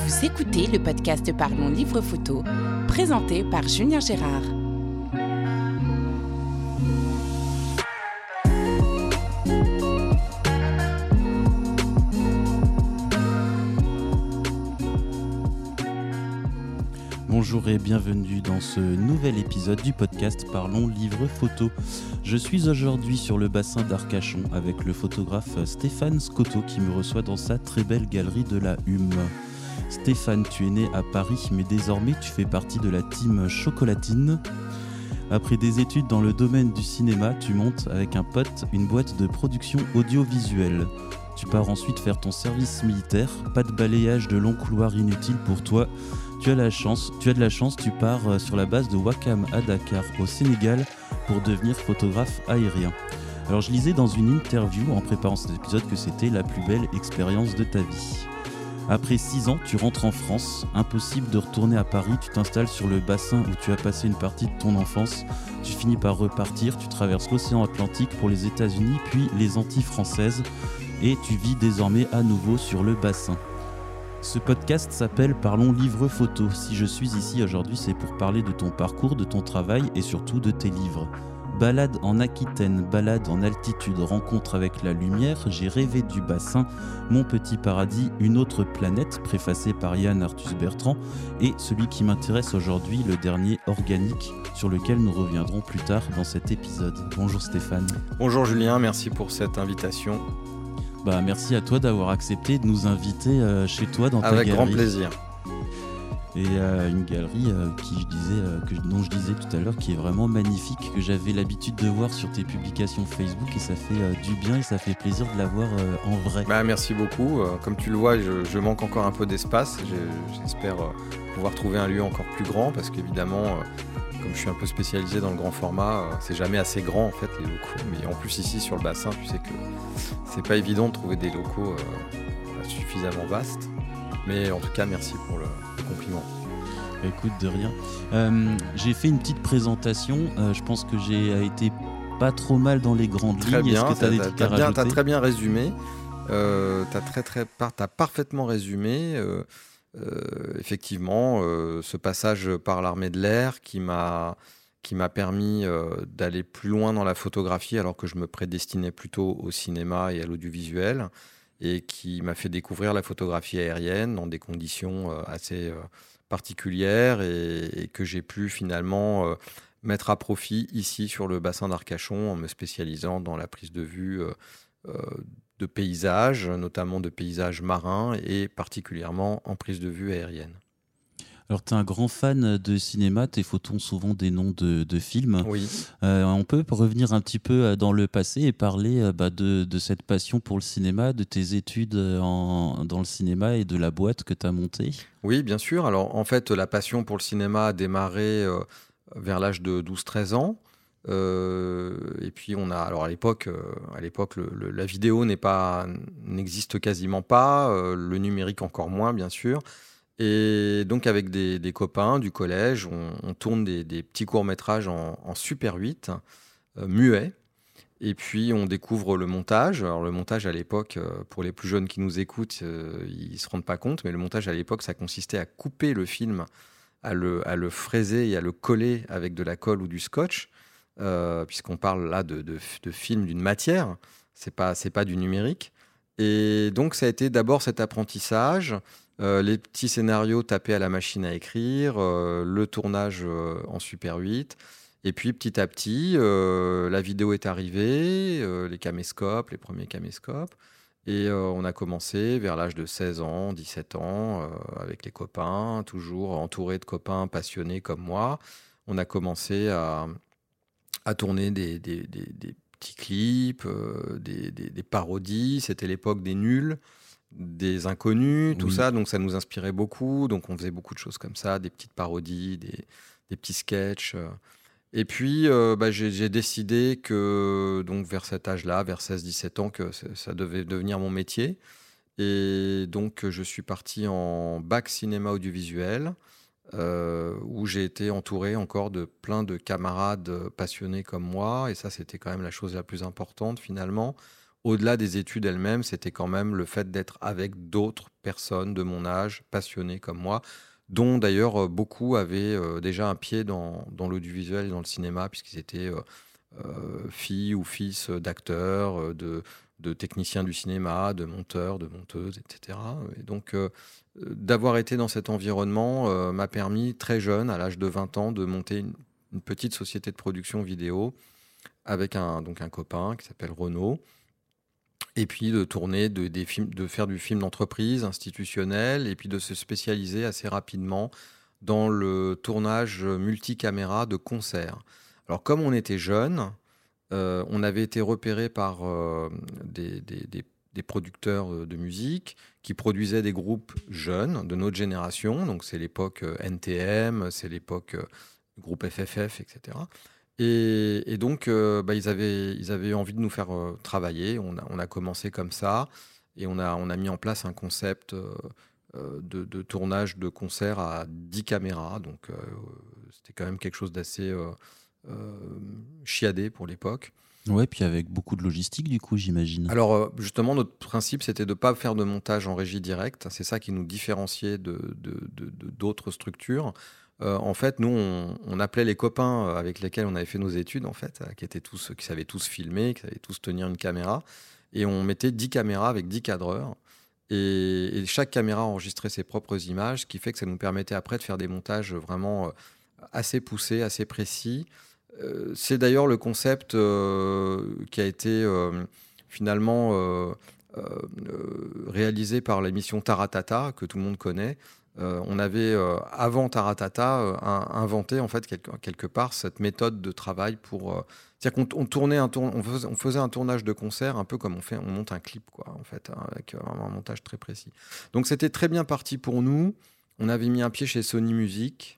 Vous écoutez le podcast Parlons Livre Photo, présenté par Julien Gérard. Bonjour et bienvenue dans ce nouvel épisode du podcast Parlons Livre Photo. Je suis aujourd'hui sur le bassin d'Arcachon avec le photographe Stéphane Scotto qui me reçoit dans sa très belle galerie de la Hume. Stéphane, tu es né à Paris, mais désormais tu fais partie de la team Chocolatine. Après des études dans le domaine du cinéma, tu montes avec un pote une boîte de production audiovisuelle. Tu pars ensuite faire ton service militaire, pas de balayage de longs couloirs inutiles pour toi. Tu as de la chance, tu pars sur la base de Ouakam à Dakar, au Sénégal, pour devenir photographe aérien. Alors je lisais dans une interview en préparant cet épisode que c'était la plus belle expérience de ta vie. Après 6 ans, tu rentres en France. Impossible de retourner à Paris, tu t'installes sur le bassin où tu as passé une partie de ton enfance. Tu finis par repartir, tu traverses l'océan Atlantique pour les États-Unis, puis les Antilles françaises, et tu vis désormais à nouveau sur le bassin. Ce podcast s'appelle Parlons Livre Photo. Si je suis ici aujourd'hui, c'est pour parler de ton parcours, de ton travail et surtout de tes livres. Balade en Aquitaine, balade en altitude, rencontre avec la lumière, j'ai rêvé du bassin, Mon petit paradis, une autre planète, préfacé par Yann Arthus Bertrand, et celui qui m'intéresse aujourd'hui, le dernier, Organique, sur lequel nous reviendrons plus tard dans cet épisode. Bonjour Stéphane. Bonjour Julien, merci pour cette invitation. Merci à toi d'avoir accepté de nous inviter chez toi dans ta galerie. Avec grand plaisir. Et une galerie dont je disais tout à l'heure qui est vraiment magnifique, que j'avais l'habitude de voir sur tes publications Facebook et ça fait du bien et ça fait plaisir de la voir en vrai. Merci beaucoup. Comme tu le vois, je manque encore un peu d'espace. J'espère pouvoir trouver un lieu encore plus grand parce qu'évidemment, comme je suis un peu spécialisé dans le grand format, c'est jamais assez grand en fait les locaux. Mais en plus ici sur le bassin, tu sais que c'est pas évident de trouver des locaux suffisamment vastes. Mais en tout cas, merci pour le compliment. Écoute, de rien. J'ai fait une petite présentation. Je pense que j'ai été pas trop mal dans les grandes lignes. Bien, est-ce que tu as des trucs à rajouter ? T'as très bien résumé. T'as parfaitement résumé. Effectivement, ce passage par l'armée de l'air qui m'a permis d'aller plus loin dans la photographie alors que je me prédestinais plutôt au cinéma et à l'audiovisuel et qui m'a fait découvrir la photographie aérienne dans des conditions assez particulières et que j'ai pu finalement mettre à profit ici sur le bassin d'Arcachon en me spécialisant dans la prise de vue de paysages, notamment de paysages marins et particulièrement en prise de vue aérienne. Alors, tu es un grand fan de cinéma, tes photos ont souvent des noms de films. Oui. On peut revenir un petit peu dans le passé et parler de cette passion pour le cinéma, de tes études dans le cinéma et de la boîte que tu as montée. Oui, bien sûr. Alors, en fait, la passion pour le cinéma a démarré vers l'âge de 12-13 ans. Et puis, alors à l'époque, la vidéo n'existe quasiment pas, le numérique encore moins, bien sûr. Et donc, avec des copains du collège, on tourne des petits courts-métrages en Super 8, muets. Et puis, on découvre le montage. Alors, le montage, à l'époque, pour les plus jeunes qui nous écoutent, ils ne se rendent pas compte, mais le montage, à l'époque, ça consistait à couper le film, à le fraiser et à le coller avec de la colle ou du scotch, puisqu'on parle là de film d'une matière, c'est pas du numérique. Et donc, ça a été d'abord cet apprentissage, les petits scénarios tapés à la machine à écrire, le tournage en Super 8. Et puis, petit à petit, la vidéo est arrivée, les premiers caméscopes. Et on a commencé vers l'âge de 16 ans, 17 ans, avec les copains, toujours entouré de copains passionnés comme moi. On a commencé à tourner des petits clips, des parodies. C'était l'époque des nuls, des inconnus, tout ça. Donc, ça nous inspirait beaucoup. Donc, on faisait beaucoup de choses comme ça, des petites parodies, des petits sketchs. Et puis, j'ai décidé que, donc, vers cet âge-là, vers 16-17 ans, que ça devait devenir mon métier. Et donc, je suis parti en bac cinéma audiovisuel, où j'ai été entouré encore de plein de camarades passionnés comme moi. Et ça, c'était quand même la chose la plus importante, finalement. au-delà des études elles-mêmes, c'était quand même le fait d'être avec d'autres personnes de mon âge, passionnées comme moi, dont d'ailleurs beaucoup avaient déjà un pied dans l'audiovisuel et dans le cinéma, puisqu'ils étaient filles ou fils d'acteurs, de techniciens du cinéma, de monteurs, de monteuses, etc. Et donc, d'avoir été dans cet environnement m'a permis, très jeune, à l'âge de 20 ans, de monter une petite société de production vidéo avec un copain qui s'appelle Renaud, et puis de tourner des films, de faire du film d'entreprise, institutionnel, et puis de se spécialiser assez rapidement dans le tournage multicaméra de concerts. Alors, comme on était jeunes, on avait été repérés par des producteurs de musique qui produisaient des groupes jeunes de notre génération. Donc, c'est l'époque NTM, c'est l'époque groupe FFF, etc. Et donc, ils avaient envie de nous faire travailler. On a commencé comme ça et on a mis en place un concept de tournage de concert à 10 caméras. Donc, c'était quand même quelque chose d'assez chiadé pour l'époque. Ouais, puis avec beaucoup de logistique, du coup, j'imagine. Alors, justement, notre principe, c'était de ne pas faire de montage en régie directe. C'est ça qui nous différenciait d'autres structures. En fait, nous, on appelait les copains avec lesquels on avait fait nos études, en fait, qui savaient tous filmer, qui savaient tous tenir une caméra. Et on mettait 10 caméras avec 10 cadreurs. Et chaque caméra enregistrait ses propres images, ce qui fait que ça nous permettait après de faire des montages vraiment assez poussés, assez précis. C'est d'ailleurs le concept qui a été finalement réalisé par l'émission Taratata, que tout le monde connaît. On avait, avant Taratata, inventé en fait quelque part cette méthode de travail pour... c'est-à-dire qu'on faisait un tournage de concert un peu comme on monte un clip, quoi, en fait, hein, avec un montage très précis. Donc c'était très bien parti pour nous. On avait mis un pied chez Sony Music.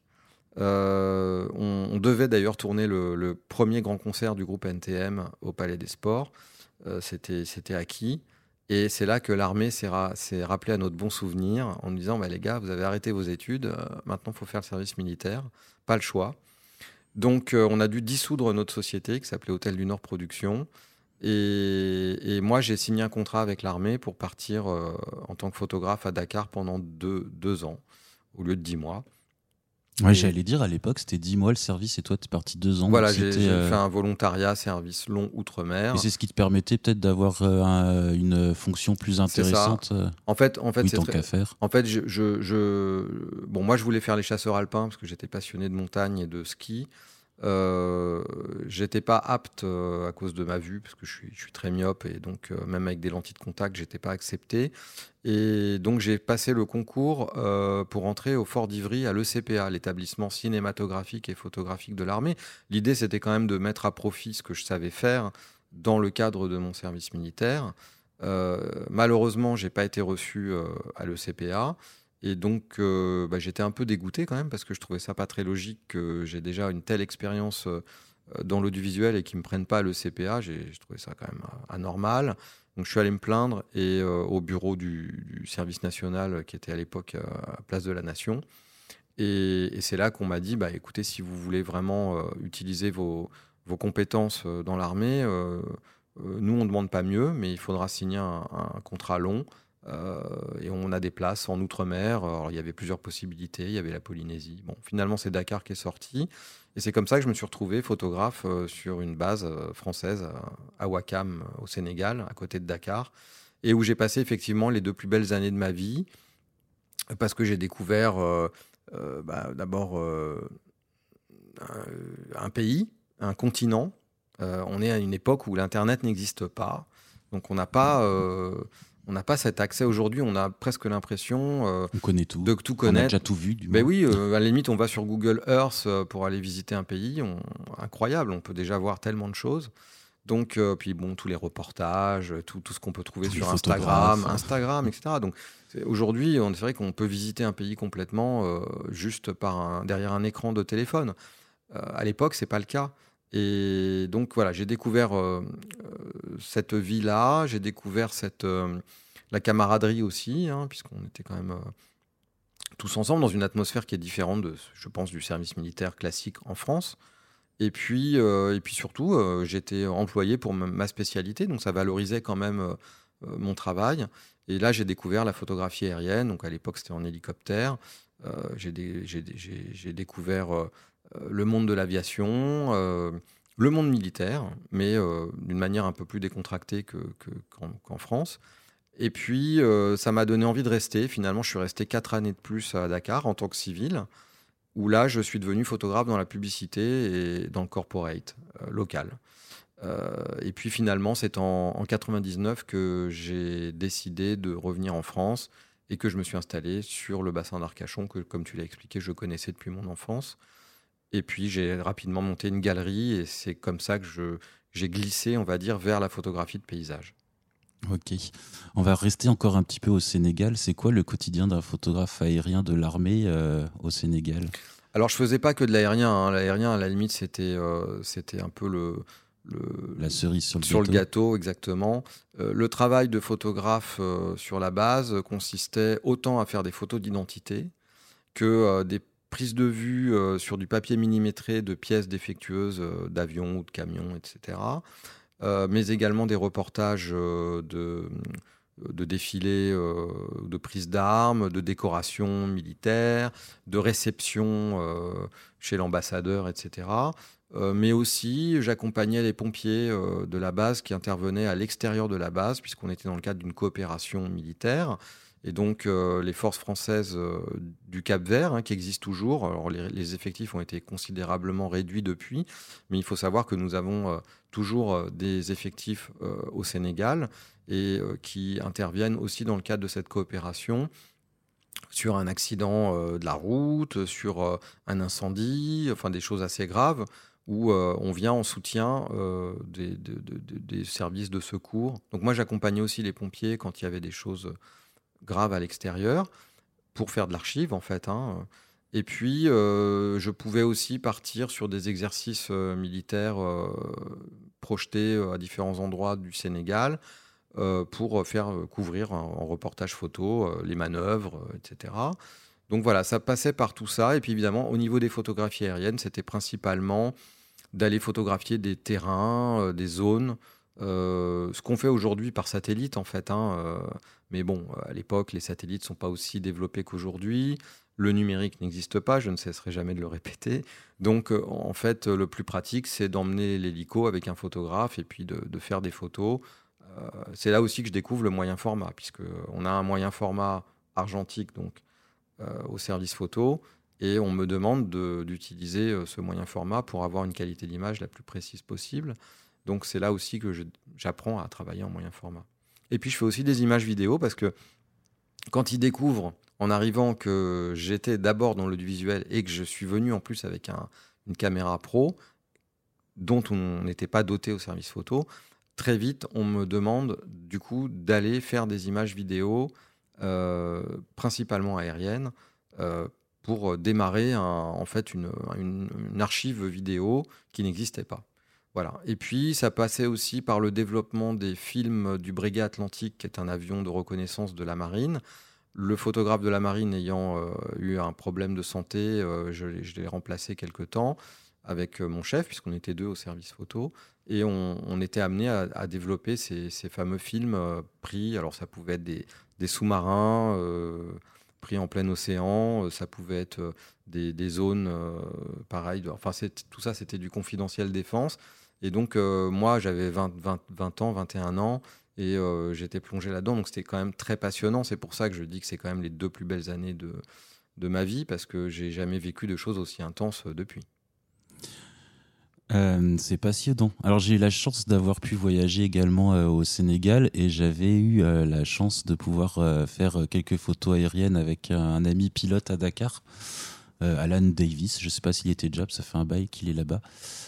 On devait d'ailleurs tourner le premier grand concert du groupe NTM au Palais des Sports. C'était acquis. Et c'est là que l'armée s'est rappelée à notre bon souvenir en nous disant les gars, vous avez arrêté vos études, maintenant il faut faire le service militaire. Pas le choix. Donc on a dû dissoudre notre société qui s'appelait Hôtel du Nord Productions. Et moi, j'ai signé un contrat avec l'armée pour partir en tant que photographe à Dakar pendant 2 ans, au lieu de 10 mois. Ouais, j'allais dire, à l'époque, c'était 10 mois le service et toi, tu es parti 2 ans. Voilà, j'ai fait un volontariat, service long outre-mer. Et c'est ce qui te permettait peut-être d'avoir une fonction plus intéressante. En fait, oui, tant qu'à faire. En fait, bon, moi, je voulais faire les chasseurs alpins parce que j'étais passionné de montagne et de ski. J'étais pas apte à cause de ma vue parce que je suis très myope et donc même avec des lentilles de contact, j'étais pas accepté. Et donc j'ai passé le concours pour entrer au Fort d'Ivry à l'ECPA, l'établissement cinématographique et photographique de l'armée. L'idée, c'était quand même de mettre à profit ce que je savais faire dans le cadre de mon service militaire. Malheureusement, j'ai pas été reçu à l'ECPA. Et donc, j'étais un peu dégoûté quand même parce que je trouvais ça pas très logique que j'ai déjà une telle expérience dans l'audiovisuel et qu'ils me prennent pas à l'ECPA. Je trouvais ça quand même anormal. Donc, je suis allé me plaindre au bureau du service national qui était à l'époque à Place de la Nation. Et c'est là qu'on m'a dit, écoutez, si vous voulez vraiment utiliser vos compétences dans l'armée, nous, on ne demande pas mieux, mais il faudra signer un contrat long. Et on a des places en Outre-mer. Alors, il y avait plusieurs possibilités. Il y avait la Polynésie. Bon, finalement, c'est Dakar qui est sorti. Et c'est comme ça que je me suis retrouvé photographe sur une base française à Ouakam, au Sénégal, à côté de Dakar. Et où j'ai passé effectivement les 2 plus belles années de ma vie. Parce que j'ai découvert d'abord un pays, un continent. On est à une époque où l'Internet n'existe pas. Donc, on n'a pas cet accès aujourd'hui. On a presque l'impression on connaît tout. de tout connaître. On a déjà tout vu, du moins. Oui, à la limite, on va sur Google Earth pour aller visiter un pays. Incroyable, on peut déjà voir tellement de choses. Donc, puis bon, tous les reportages, tout ce qu'on peut trouver sur Instagram, etc. Donc, aujourd'hui, c'est vrai qu'on peut visiter un pays complètement juste derrière un écran de téléphone. À l'époque, c'est pas le cas. Et donc voilà, j'ai découvert cette vie-là, j'ai découvert la camaraderie aussi, hein, puisqu'on était quand même tous ensemble dans une atmosphère qui est différente, je pense, du service militaire classique en France. puis surtout, j'étais employé pour ma spécialité, donc ça valorisait quand même mon travail. Et là, j'ai découvert la photographie aérienne. Donc à l'époque, c'était en hélicoptère. J'ai découvert le monde de l'aviation, le monde militaire, mais d'une manière un peu plus décontractée qu'en France. Et puis, ça m'a donné envie de rester. Finalement, je suis resté 4 années de plus à Dakar en tant que civil, où là, je suis devenu photographe dans la publicité et dans le corporate local. Et puis finalement, c'est en 99 que j'ai décidé de revenir en France et que je me suis installé sur le bassin d'Arcachon, que, comme tu l'as expliqué, je connaissais depuis mon enfance. Et puis, j'ai rapidement monté une galerie et c'est comme ça que j'ai glissé, on va dire, vers la photographie de paysage. Ok. On va rester encore un petit peu au Sénégal. C'est quoi le quotidien d'un photographe aérien de l'armée au Sénégal ? Alors, je faisais pas que de l'aérien, hein. L'aérien, à la limite, c'était un peu la cerise sur le gâteau, exactement. Le travail de photographe sur la base consistait autant à faire des photos d'identité que des prises de vue sur du papier millimétré de pièces défectueuses d'avions ou de camions, etc. Mais également des reportages de défilés, de prises d'armes, de décorations militaires, de réceptions chez l'ambassadeur, etc. Mais aussi, j'accompagnais les pompiers de la base qui intervenaient à l'extérieur de la base, puisqu'on était dans le cadre d'une coopération militaire. Et donc, les forces françaises du Cap-Vert, hein, qui existent toujours, alors les effectifs ont été considérablement réduits depuis, mais il faut savoir que nous avons toujours des effectifs au Sénégal et qui interviennent aussi dans le cadre de cette coopération sur un accident de la route, sur un incendie, enfin des choses assez graves, où on vient en soutien des services de secours. Donc moi, j'accompagnais aussi les pompiers quand il y avait des choses graves à l'extérieur, pour faire de l'archive, en fait, hein. Et puis, je pouvais aussi partir sur des exercices militaires projetés à différents endroits du Sénégal pour faire couvrir en reportage photo les manœuvres, etc. Donc voilà, ça passait par tout ça. Et puis évidemment, au niveau des photographies aériennes, c'était principalement d'aller photographier des terrains, des zones, ce qu'on fait aujourd'hui par satellite, en fait, hein. Mais bon, à l'époque, les satellites ne sont pas aussi développés qu'aujourd'hui. Le numérique n'existe pas, je ne cesserai jamais de le répéter. Donc, en fait, le plus pratique, c'est d'emmener l'hélico avec un photographe et puis de faire des photos. C'est là aussi que je découvre le moyen format, puisqu'on a un moyen format argentique donc, au service photo, et on me demande d'utiliser ce moyen format pour avoir une qualité d'image la plus précise possible. Donc c'est là aussi que j'apprends à travailler en moyen format. Et puis je fais aussi des images vidéo, parce que quand ils découvrent, en arrivant, que j'étais d'abord dans l'audiovisuel et que je suis venu en plus avec une caméra pro, dont on n'était pas doté au service photo, très vite, on me demande du coup d'aller faire des images vidéo, principalement aériennes, pour démarrer en fait une archive vidéo qui n'existait pas. Voilà. Et puis, ça passait aussi par le développement des films du Breguet Atlantique, qui est un avion de reconnaissance de la marine. Le photographe de la marine ayant eu un problème de santé, je l'ai remplacé quelque temps avec mon chef, puisqu'on était deux au service photo. Et on était amené à développer ces fameux films pris. Alors, ça pouvait être des sous-marins pris en plein océan. Ça pouvait être des zones pareilles. Enfin, tout ça, c'était du confidentiel défense. Et donc, moi, j'avais 20 ans, 21 ans, et j'étais plongé là-dedans. Donc, c'était quand même très passionnant. C'est pour ça que je dis que c'est quand même les 2 plus belles années de ma vie, parce que j'ai jamais vécu de choses aussi intenses depuis. C'est passionnant. Alors j'ai eu la chance d'avoir pu voyager également au Sénégal, et j'avais eu la chance de pouvoir faire quelques photos aériennes avec un ami pilote à Dakar, Alan Davis. Je ne sais pas s'il était déjà, ça fait un bail qu'il est là-bas.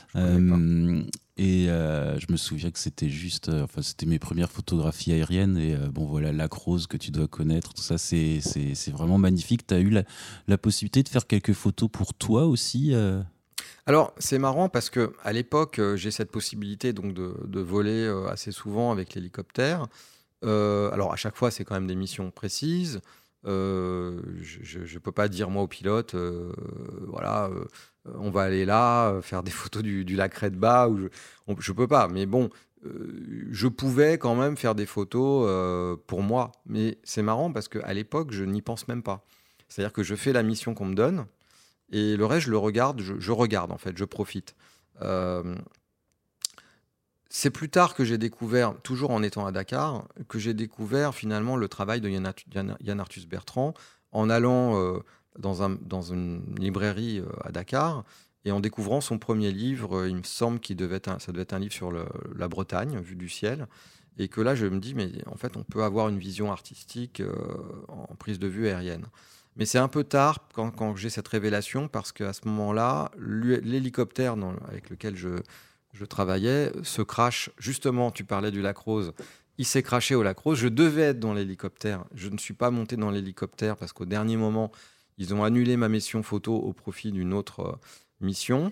Et je me souviens que c'était juste, c'était mes premières photographies aériennes, et bon voilà, Lac Rose que tu dois connaître, tout ça, c'est vraiment magnifique. Tu as eu la possibilité de faire quelques photos pour toi aussi Alors, c'est marrant parce qu'à l'époque, j'ai cette possibilité donc, de voler assez souvent avec l'hélicoptère. Alors, à chaque fois, c'est quand même des missions précises. Je peux pas dire moi au pilote, voilà, on va aller là, faire des photos du lac Redba. Je peux pas. Mais bon, je pouvais quand même faire des photos pour moi. Mais c'est marrant parce qu'à l'époque, je n'y pense même pas. C'est-à-dire que je fais la mission qu'on me donne et le reste, je le regarde. Je regarde en fait, je profite. C'est plus tard que j'ai découvert, toujours en étant à Dakar, que j'ai découvert finalement le travail de Yann Arthus Bertrand en allant dans une librairie à Dakar et en découvrant son premier livre. Il me semble ça devait être un livre sur la Bretagne, vue du ciel. Et que là, je me dis, mais en fait, on peut avoir une vision artistique en prise de vue aérienne. Mais c'est un peu tard quand j'ai cette révélation parce qu'à ce moment-là, l'hélicoptère avec lequel je travaillais se crache. Justement, tu parlais du lac Rose. Il s'est crashé au lac Rose. Je devais être dans l'hélicoptère. Je ne suis pas monté dans l'hélicoptère parce qu'au dernier moment, ils ont annulé ma mission photo au profit d'une autre mission.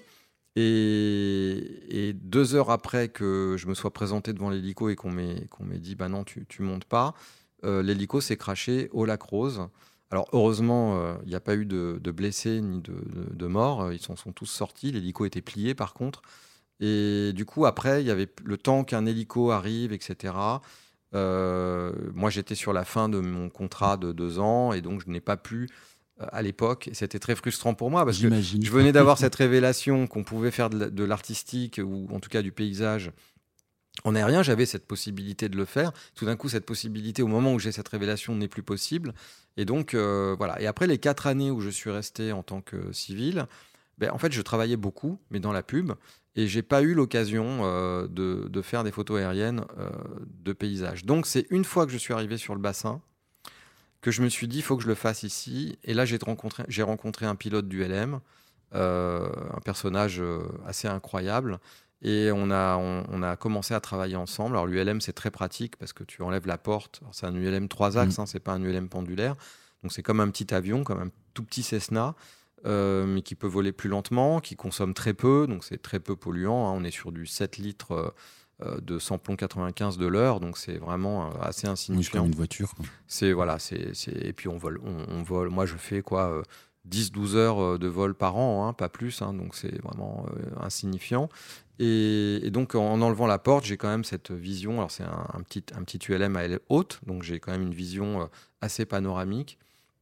Et 2 heures après que je me sois présenté devant l'hélico et qu'on m'ait dit bah non, tu montes pas, l'hélico s'est crashé au lac Rose. Alors heureusement, il n'y a pas eu de blessés ni de morts. Ils sont tous sortis. L'hélico était plié par contre. Et du coup, après, il y avait le temps qu'un hélico arrive, etc. Moi, j'étais sur la fin de mon contrat de 2 ans et donc je n'ai pas pu à l'époque. Et c'était très frustrant pour moi parce que je venais d'avoir cette révélation qu'on pouvait faire de l'artistique ou en tout cas du paysage en aérien. J'avais cette possibilité de le faire. Tout d'un coup, cette possibilité, au moment où j'ai cette révélation, n'est plus possible. Et donc, voilà. Et après les 4 années où je suis resté en tant que civil, en fait, je travaillais beaucoup, mais dans la pub. Et j'ai pas eu l'occasion de faire des photos aériennes de paysages. Donc c'est une fois que je suis arrivé sur le bassin que je me suis dit il faut que je le fasse ici. Et là j'ai rencontré un pilote du LM, un personnage assez incroyable. Et on a commencé à travailler ensemble. Alors l'ULM c'est très pratique parce que tu enlèves la porte. Alors, c'est un ULM 3 axes, c'est pas un ULM pendulaire. Donc c'est comme un petit avion, comme un tout petit Cessna. Mais qui peut voler plus lentement, qui consomme très peu, donc c'est très peu polluant. On est sur du 7 litres de samplon 95 de l'heure, donc c'est vraiment assez insignifiant. Comme une voiture. Quoi. Et puis on vole. Moi, je fais 10-12 heures de vol par an, pas plus, donc c'est vraiment insignifiant. Et donc en enlevant la porte, j'ai quand même cette vision. Alors c'est un petit ULM à aile haute, donc j'ai quand même une vision assez panoramique.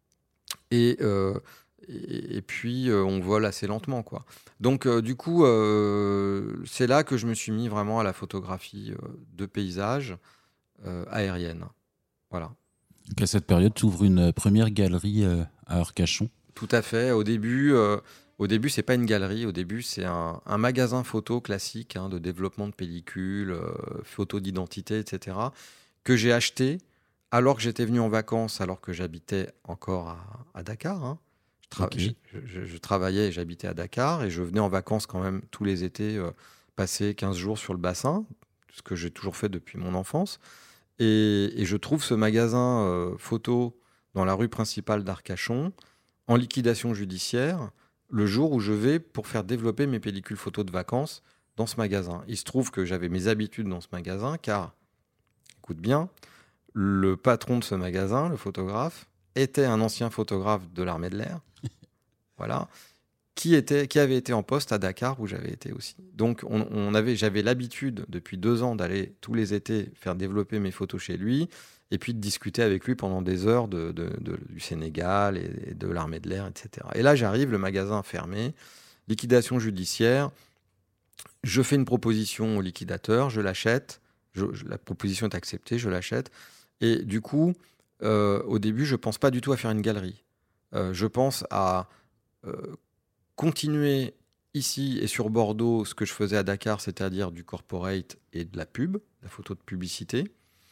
Et puis, on vole assez lentement, quoi. Donc, du coup, c'est là que je me suis mis vraiment à la photographie de paysage aérienne. Voilà. Donc, à cette période, tu ouvres une première galerie à Arcachon. Tout à fait. Au début, c'est pas une galerie. Au début, c'est un magasin photo classique de développement de pellicules, photos d'identité, etc., que j'ai acheté alors que j'étais venu en vacances, alors que j'habitais encore à Dakar, Je travaillais et j'habitais à Dakar et je venais en vacances quand même tous les étés passer 15 jours sur le bassin, ce que j'ai toujours fait depuis mon enfance. Et je trouve ce magasin photo dans la rue principale d'Arcachon en liquidation judiciaire le jour où je vais pour faire développer mes pellicules photos de vacances dans ce magasin. Il se trouve que j'avais mes habitudes dans ce magasin car, écoute bien, le patron de ce magasin, le photographe, était un ancien photographe de l'armée de l'air, voilà, qui avait été en poste à Dakar où j'avais été aussi. Donc j'avais l'habitude depuis 2 ans d'aller tous les étés faire développer mes photos chez lui et puis de discuter avec lui pendant des heures du Sénégal et de l'armée de l'air, etc. Et là j'arrive, le magasin fermé, liquidation judiciaire, je fais une proposition au liquidateur, je l'achète, la proposition est acceptée, je l'achète, et du coup, au début, je ne pense pas du tout à faire une galerie. Je pense à continuer ici et sur Bordeaux ce que je faisais à Dakar, c'est-à-dire du corporate et de la pub, la photo de publicité,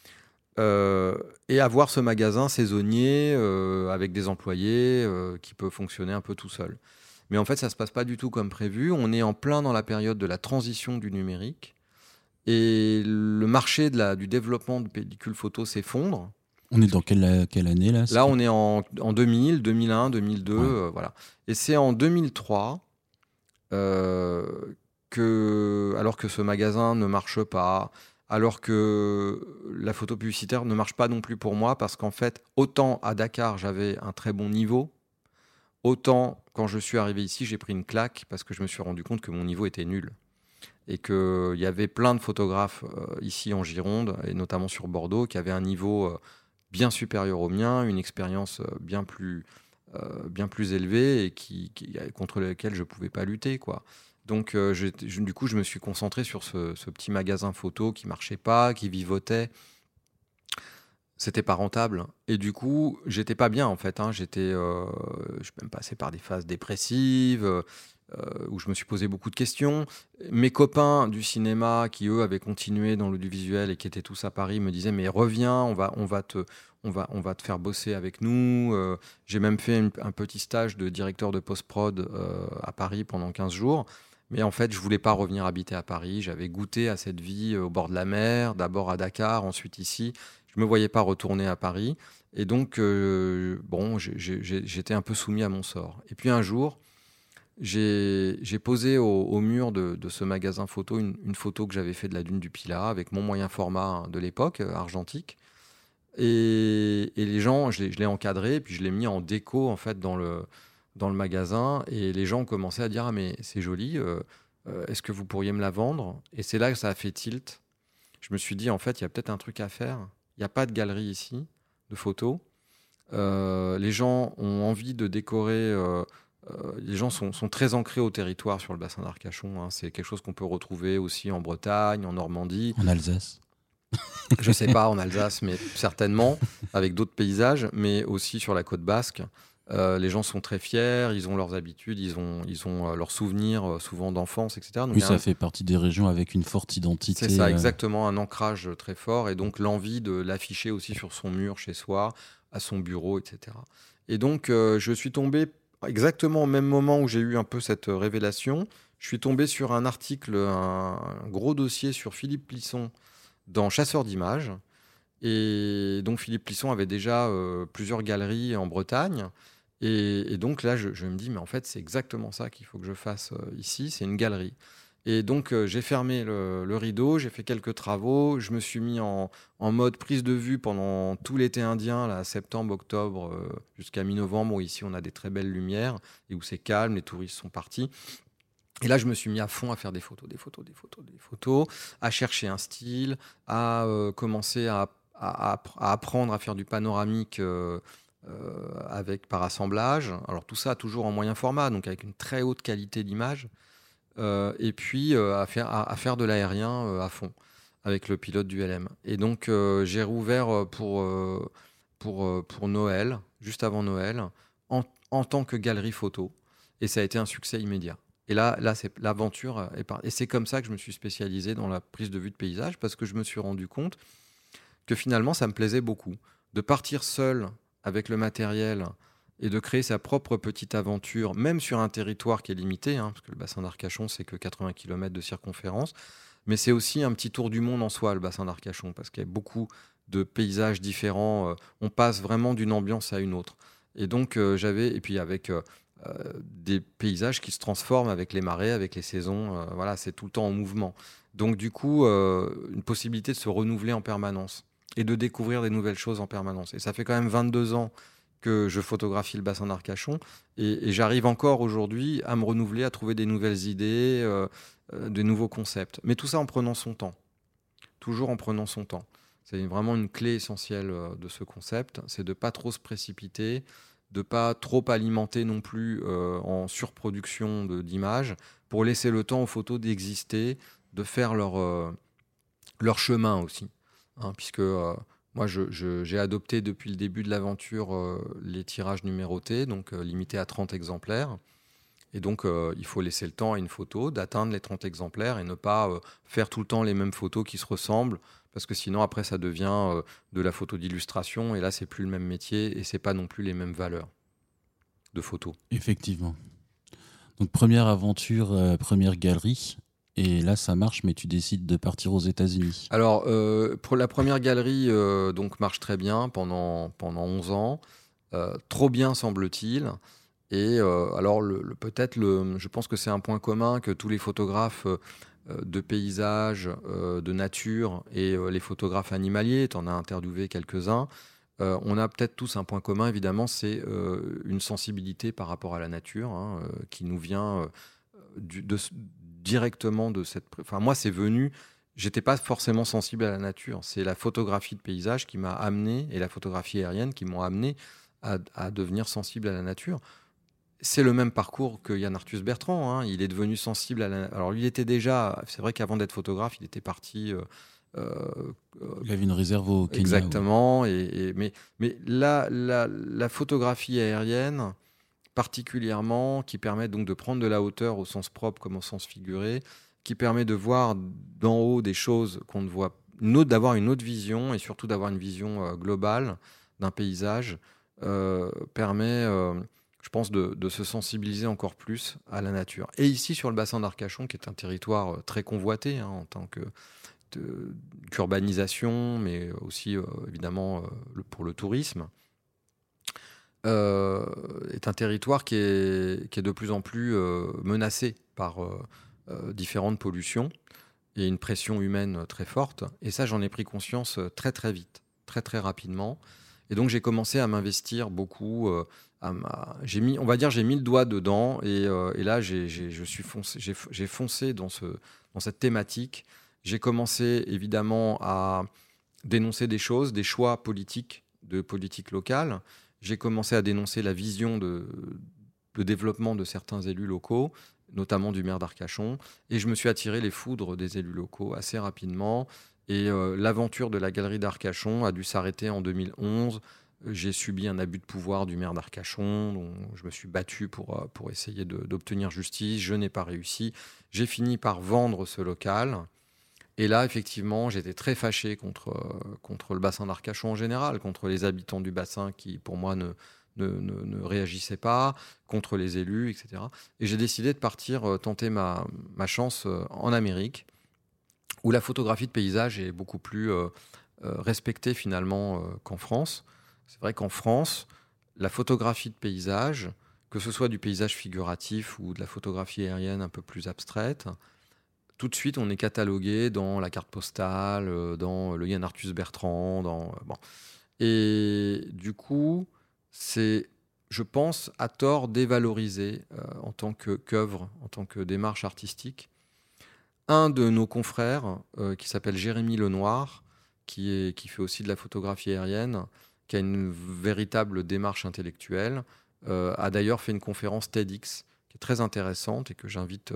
et avoir ce magasin saisonnier avec des employés qui peut fonctionner un peu tout seul. Mais en fait, ça ne se passe pas du tout comme prévu. On est en plein dans la période de la transition du numérique et le marché du développement de pellicules photo s'effondre. On est dans quelle année là ? Là, on est en 2000, 2001, 2002, voilà. Et c'est en 2003 alors que ce magasin ne marche pas, alors que la photo publicitaire ne marche pas non plus pour moi, parce qu'en fait, autant à Dakar, j'avais un très bon niveau, autant quand je suis arrivé ici, j'ai pris une claque, parce que je me suis rendu compte que mon niveau était nul. Et qu'il y avait plein de photographes ici en Gironde, et notamment sur Bordeaux, qui avaient un niveau bien supérieur au mien, une expérience bien plus élevée, et contre laquelle je ne pouvais pas lutter, quoi. Donc, du coup, je me suis concentré sur ce petit magasin photo qui marchait pas, qui vivotait. C'était pas rentable. Et du coup, j'étais pas bien, en fait. Je suis même passé par des phases dépressives, où je me suis posé beaucoup de questions. Mes copains du cinéma, qui eux avaient continué dans l'audiovisuel et qui étaient tous à Paris, me disaient mais reviens, on va te faire bosser avec nous. J'ai même fait un petit stage de directeur de post-prod à Paris pendant 15 jours. Mais en fait, je voulais pas revenir habiter à Paris. J'avais goûté à cette vie au bord de la mer, d'abord à Dakar, ensuite ici. Je me voyais pas retourner à Paris. Et donc, j'étais un peu soumis à mon sort. Et puis un jour, j'ai posé au mur de ce magasin photo une photo que j'avais fait de la dune du Pilat avec mon moyen format de l'époque, argentique. Et les gens, je l'ai encadré, et puis je l'ai mis en déco en fait dans le magasin. Et les gens ont commencé à dire ah mais c'est joli, est-ce que vous pourriez me la vendre? Et c'est là que ça a fait tilt. Je me suis dit en fait il y a peut-être un truc à faire. Il n'y a pas de galerie ici de photos. Les gens ont envie de décorer. Les gens sont très ancrés au territoire sur le bassin d'Arcachon. C'est quelque chose qu'on peut retrouver aussi en Bretagne, en Normandie. En Alsace. Je ne sais pas, en Alsace, mais certainement, avec d'autres paysages, mais aussi sur la côte basque. Les gens sont très fiers, ils ont leurs habitudes, ils ont leurs souvenirs, souvent d'enfance, etc. Donc, oui, ça fait partie des régions avec une forte identité. C'est ça, exactement, un ancrage très fort, et donc l'envie de l'afficher aussi sur son mur, chez soi, à son bureau, etc. Et donc, je suis tombé exactement au même moment où j'ai eu un peu cette révélation. Je suis tombé sur un article, un gros dossier sur Philippe Plisson dans Chasseurs d'images. Et donc Philippe Plisson avait déjà plusieurs galeries en Bretagne. Et donc là, je me dis, mais en fait, c'est exactement ça qu'il faut que je fasse ici, c'est une galerie. Et donc, j'ai fermé le rideau, j'ai fait quelques travaux, je me suis mis en mode prise de vue pendant tout l'été indien, là, septembre, octobre, jusqu'à mi-novembre, où ici on a des très belles lumières, et où c'est calme, les touristes sont partis. Et là, je me suis mis à fond à faire des photos, à chercher un style, à commencer à apprendre à faire du panoramique par assemblage. Alors tout ça toujours en moyen format, donc avec une très haute qualité d'image. Et puis à faire de l'aérien à fond avec le pilote du LM. Et donc j'ai rouvert pour Noël, juste avant Noël, en tant que galerie photo. Et ça a été un succès immédiat. Et là c'est l'aventure. Et c'est comme ça que je me suis spécialisé dans la prise de vue de paysage, parce que je me suis rendu compte que finalement ça me plaisait beaucoup. De partir seul avec le matériel et de créer sa propre petite aventure, même sur un territoire qui est limité, parce que le bassin d'Arcachon, c'est que 80 km de circonférence, mais c'est aussi un petit tour du monde en soi, le bassin d'Arcachon, parce qu'il y a beaucoup de paysages différents, on passe vraiment d'une ambiance à une autre. Et donc, et puis avec des paysages qui se transforment avec les marées, avec les saisons, voilà, c'est tout le temps en mouvement. Donc du coup, une possibilité de se renouveler en permanence et de découvrir des nouvelles choses en permanence. Et ça fait quand même 22 ans que je photographie le bassin d'Arcachon, et j'arrive encore aujourd'hui à me renouveler, à trouver des nouvelles idées, des nouveaux concepts. Mais tout ça en prenant son temps. Toujours en prenant son temps. C'est vraiment une clé essentielle de ce concept, c'est de ne pas trop se précipiter, de ne pas trop alimenter non plus en surproduction d'images, pour laisser le temps aux photos d'exister, de faire leur chemin aussi. Puisque moi, j'ai adopté depuis le début de l'aventure les tirages numérotés, donc limités à 30 exemplaires. Et donc, il faut laisser le temps à une photo d'atteindre les 30 exemplaires et ne pas faire tout le temps les mêmes photos qui se ressemblent, parce que sinon, après, ça devient de la photo d'illustration, et là, c'est plus le même métier, et c'est pas non plus les mêmes valeurs de photo. Effectivement. Donc, première aventure, première galerie. Et là, ça marche, mais tu décides de partir aux États-Unis. Alors, pour la première galerie, donc marche très bien pendant 11 ans. Trop bien, semble-t-il. Et alors, je pense que c'est un point commun que tous les photographes de paysages, de nature et les photographes animaliers, tu en as interviewé quelques-uns. On a peut-être tous un point commun, évidemment, c'est une sensibilité par rapport à la nature, hein, qui nous vient directement de cette... Enfin, moi, c'est venu... J'étais pas forcément sensible à la nature. C'est la photographie de paysage qui m'a amené, et la photographie aérienne qui m'ont amené à devenir sensible à la nature. C'est le même parcours que Yann Arthus Bertrand. Hein. Il est devenu sensible à la... Alors, lui, il était déjà... C'est vrai qu'avant d'être photographe, il était parti... il avait une réserve au Kenya. Exactement. Ouais. Mais la photographie aérienne, particulièrement, qui permet donc de prendre de la hauteur au sens propre comme au sens figuré, qui permet de voir d'en haut des choses qu'on ne voit, d'avoir une autre vision et surtout d'avoir une vision globale d'un paysage, permet, je pense, de se sensibiliser encore plus à la nature. Et ici, sur le bassin d'Arcachon, qui est un territoire très convoité, hein, en tant qu'urbanisation, mais aussi évidemment pour le tourisme, est un territoire qui est de plus en plus menacé par différentes pollutions et une pression humaine très forte. Et ça, j'en ai pris conscience très très vite, très très rapidement. Et donc j'ai commencé à m'investir beaucoup. J'ai mis le doigt dedans et là j'ai foncé dans cette thématique. J'ai commencé évidemment à dénoncer des choses, des choix politiques, de politique locale. J'ai commencé à dénoncer la vision de développement de certains élus locaux, notamment du maire d'Arcachon. Et je me suis attiré les foudres des élus locaux assez rapidement. Et l'aventure de la galerie d'Arcachon a dû s'arrêter en 2011. J'ai subi un abus de pouvoir du maire d'Arcachon, dont je me suis battu pour essayer d'obtenir justice. Je n'ai pas réussi. J'ai fini par vendre ce local. Et là, effectivement, j'étais très fâché contre le bassin d'Arcachon en général, contre les habitants du bassin qui, pour moi, ne réagissaient pas, contre les élus, etc. Et j'ai décidé de partir tenter ma chance en Amérique, où la photographie de paysage est beaucoup plus respectée finalement qu'en France. C'est vrai qu'en France, la photographie de paysage, que ce soit du paysage figuratif ou de la photographie aérienne un peu plus abstraite, tout de suite, on est catalogué dans la carte postale, dans le Yann Arthus Bertrand. Bon. Et du coup, c'est, je pense, à tort dévalorisé en tant qu'œuvre, en tant que démarche artistique. Un de nos confrères, qui s'appelle Jérémy Lenoir, qui fait aussi de la photographie aérienne, qui a une véritable démarche intellectuelle, a d'ailleurs fait une conférence TEDx très intéressante et que j'invite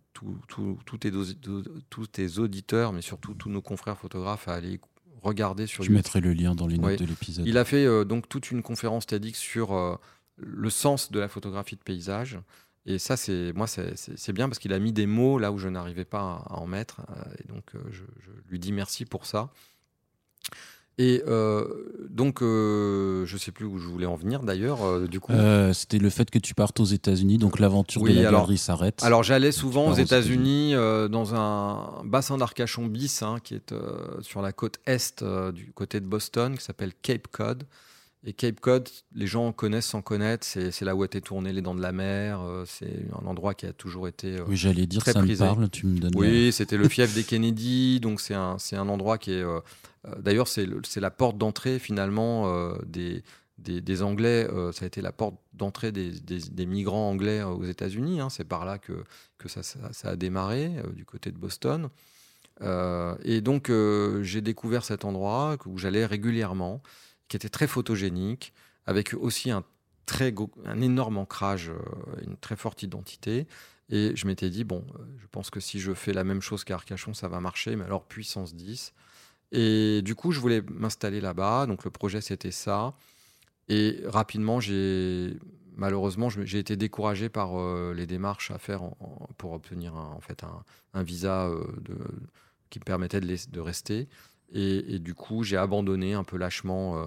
tous tes auditeurs, mais surtout tous nos confrères photographes à aller regarder sur YouTube. Je mettrai le lien dans les notes de l'épisode. Il a fait donc toute une conférence TEDx sur le sens de la photographie de paysage. Et ça, c'est bien parce qu'il a mis des mots là où je n'arrivais pas à en mettre. Et donc, je lui dis merci pour ça. Et donc, je ne sais plus où je voulais en venir d'ailleurs. Du coup, c'était le fait que tu partes aux États-Unis, donc l'aventure de la galerie s'arrête. Alors, j'allais souvent aux États-Unis dans un bassin d'Arcachon bis, hein, qui est sur la côte est du côté de Boston, qui s'appelle Cape Cod. Et Cape Cod, les gens connaissent sans connaître, c'est là où a été tourné Les Dents de la Mer. C'est un endroit qui a toujours été oui, j'allais dire, très ça prisé. Me parle, tu me donnes. Oui, c'était le fief des Kennedy, donc c'est un endroit qui est. D'ailleurs, c'est la porte d'entrée finalement des Anglais. Ça a été la porte d'entrée des migrants anglais aux États-Unis. Hein. C'est par là que ça a démarré du côté de Boston. Et donc, j'ai découvert cet endroit où j'allais régulièrement, qui était très photogénique, avec aussi un énorme ancrage, une très forte identité. Et je m'étais dit, bon, je pense que si je fais la même chose qu'à Arcachon, ça va marcher, mais alors puissance 10. Et du coup, je voulais m'installer là-bas. Donc, le projet, c'était ça. Et rapidement, malheureusement, j'ai été découragé par les démarches à faire pour obtenir un visa qui me permettait de rester. Et du coup, j'ai abandonné un peu lâchement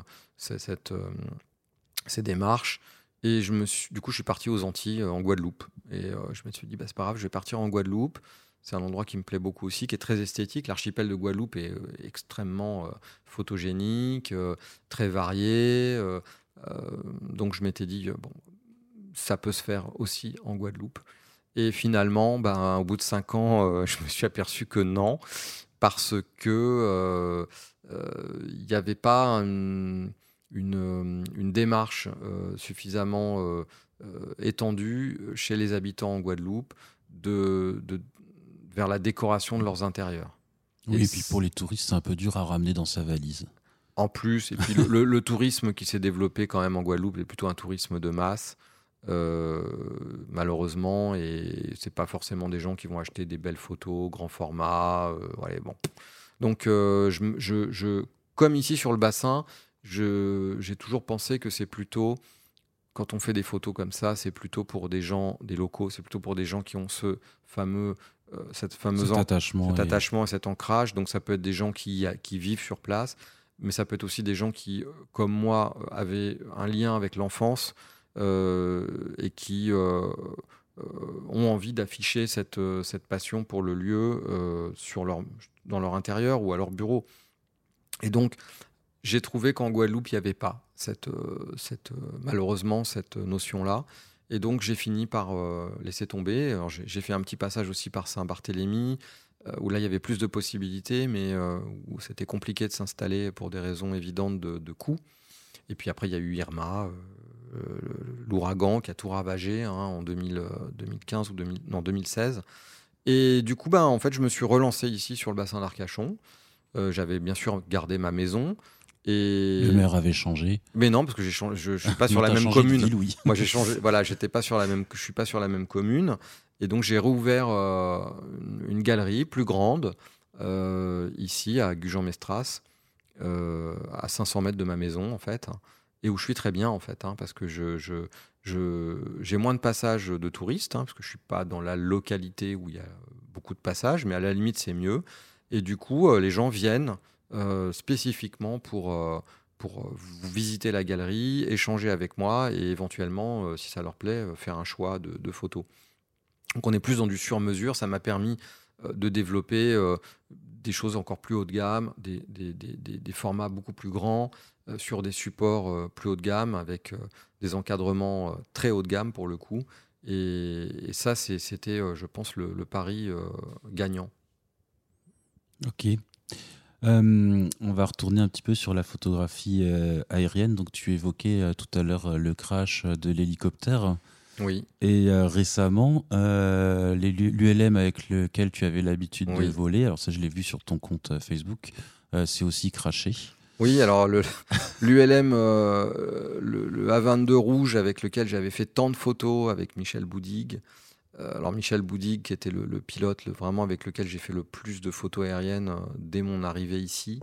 ces démarches. Et du coup, je suis parti aux Antilles, en Guadeloupe. Et je me suis dit, c'est pas grave, je vais partir en Guadeloupe. C'est un endroit qui me plaît beaucoup aussi, qui est très esthétique. L'archipel de Guadeloupe est extrêmement photogénique, très varié. Donc, je m'étais dit, bon, ça peut se faire aussi en Guadeloupe. Et finalement, au bout de 5 ans, je me suis aperçu que non, parce que il n'y avait pas une démarche suffisamment étendue chez les habitants en Guadeloupe vers la décoration de leurs intérieurs. Oui, et puis pour les touristes, c'est un peu dur à ramener dans sa valise. En plus, et puis le tourisme qui s'est développé quand même en Guadeloupe est plutôt un tourisme de masse, malheureusement, et c'est pas forcément des gens qui vont acheter des belles photos, grand format. Voilà, bon. Donc, comme ici sur le bassin, j'ai toujours pensé que c'est plutôt, quand on fait des photos comme ça, c'est plutôt pour des gens, des locaux, c'est plutôt pour des gens qui ont cet attachement et cet ancrage. Donc ça peut être des gens qui vivent sur place, mais ça peut être aussi des gens qui, comme moi, avaient un lien avec l'enfance et qui ont envie d'afficher cette passion pour le lieu dans leur intérieur ou à leur bureau. Et donc, j'ai trouvé qu'en Guadeloupe, il n'y avait pas malheureusement cette notion-là. Et donc, j'ai fini par laisser tomber. Alors, j'ai fait un petit passage aussi par Saint-Barthélemy, où là, il y avait plus de possibilités, mais où c'était compliqué de s'installer pour des raisons évidentes de coût. Et puis après, il y a eu Irma, l'ouragan qui a tout ravagé en 2015 ou 2016. Et du coup, en fait, je me suis relancé ici sur le bassin d'Arcachon. J'avais bien sûr gardé ma maison. Et... Le maire avait changé. Mais non, parce que je suis pas sur la même commune. Ville, oui. Moi, j'ai changé. Voilà, je suis pas sur la même commune. Et donc, j'ai rouvert une galerie plus grande ici à Gujan-Mestras, à 500 mètres de ma maison, en fait, et où je suis très bien, en fait, parce que j'ai moins de passages de touristes, parce que je suis pas dans la localité où il y a beaucoup de passages, mais à la limite, c'est mieux. Et du coup, les gens viennent spécifiquement pour visiter la galerie, échanger avec moi et éventuellement, si ça leur plaît, faire un choix de photos. Donc on est plus dans du sur-mesure. Ça m'a permis de développer des choses encore plus haut de gamme, des formats beaucoup plus grands, sur des supports plus haut de gamme, avec des encadrements très haut de gamme pour le coup. Et ça, c'était, je pense, le pari gagnant. Ok. On va retourner un petit peu sur la photographie aérienne. Donc, tu évoquais tout à l'heure le crash de l'hélicoptère. Oui. Et récemment, l'ULM avec lequel tu avais l'habitude de voler, alors ça, je l'ai vu sur ton compte Facebook, c'est aussi crashé. Oui, alors l'ULM, le A22 rouge avec lequel j'avais fait tant de photos avec Michel Boudig. Alors Michel Boudig, qui était le pilote vraiment avec lequel j'ai fait le plus de photos aériennes dès mon arrivée ici,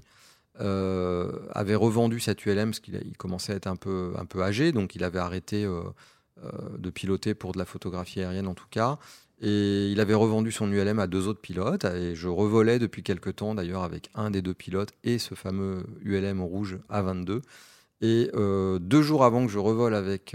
avait revendu cette ULM parce qu'il commençait à être un peu âgé, donc il avait arrêté de piloter pour de la photographie aérienne en tout cas, et il avait revendu son ULM à 2 autres pilotes, et je revolais depuis quelques temps d'ailleurs avec un des 2 pilotes et ce fameux ULM rouge A22. Et 2 jours avant que je revole avec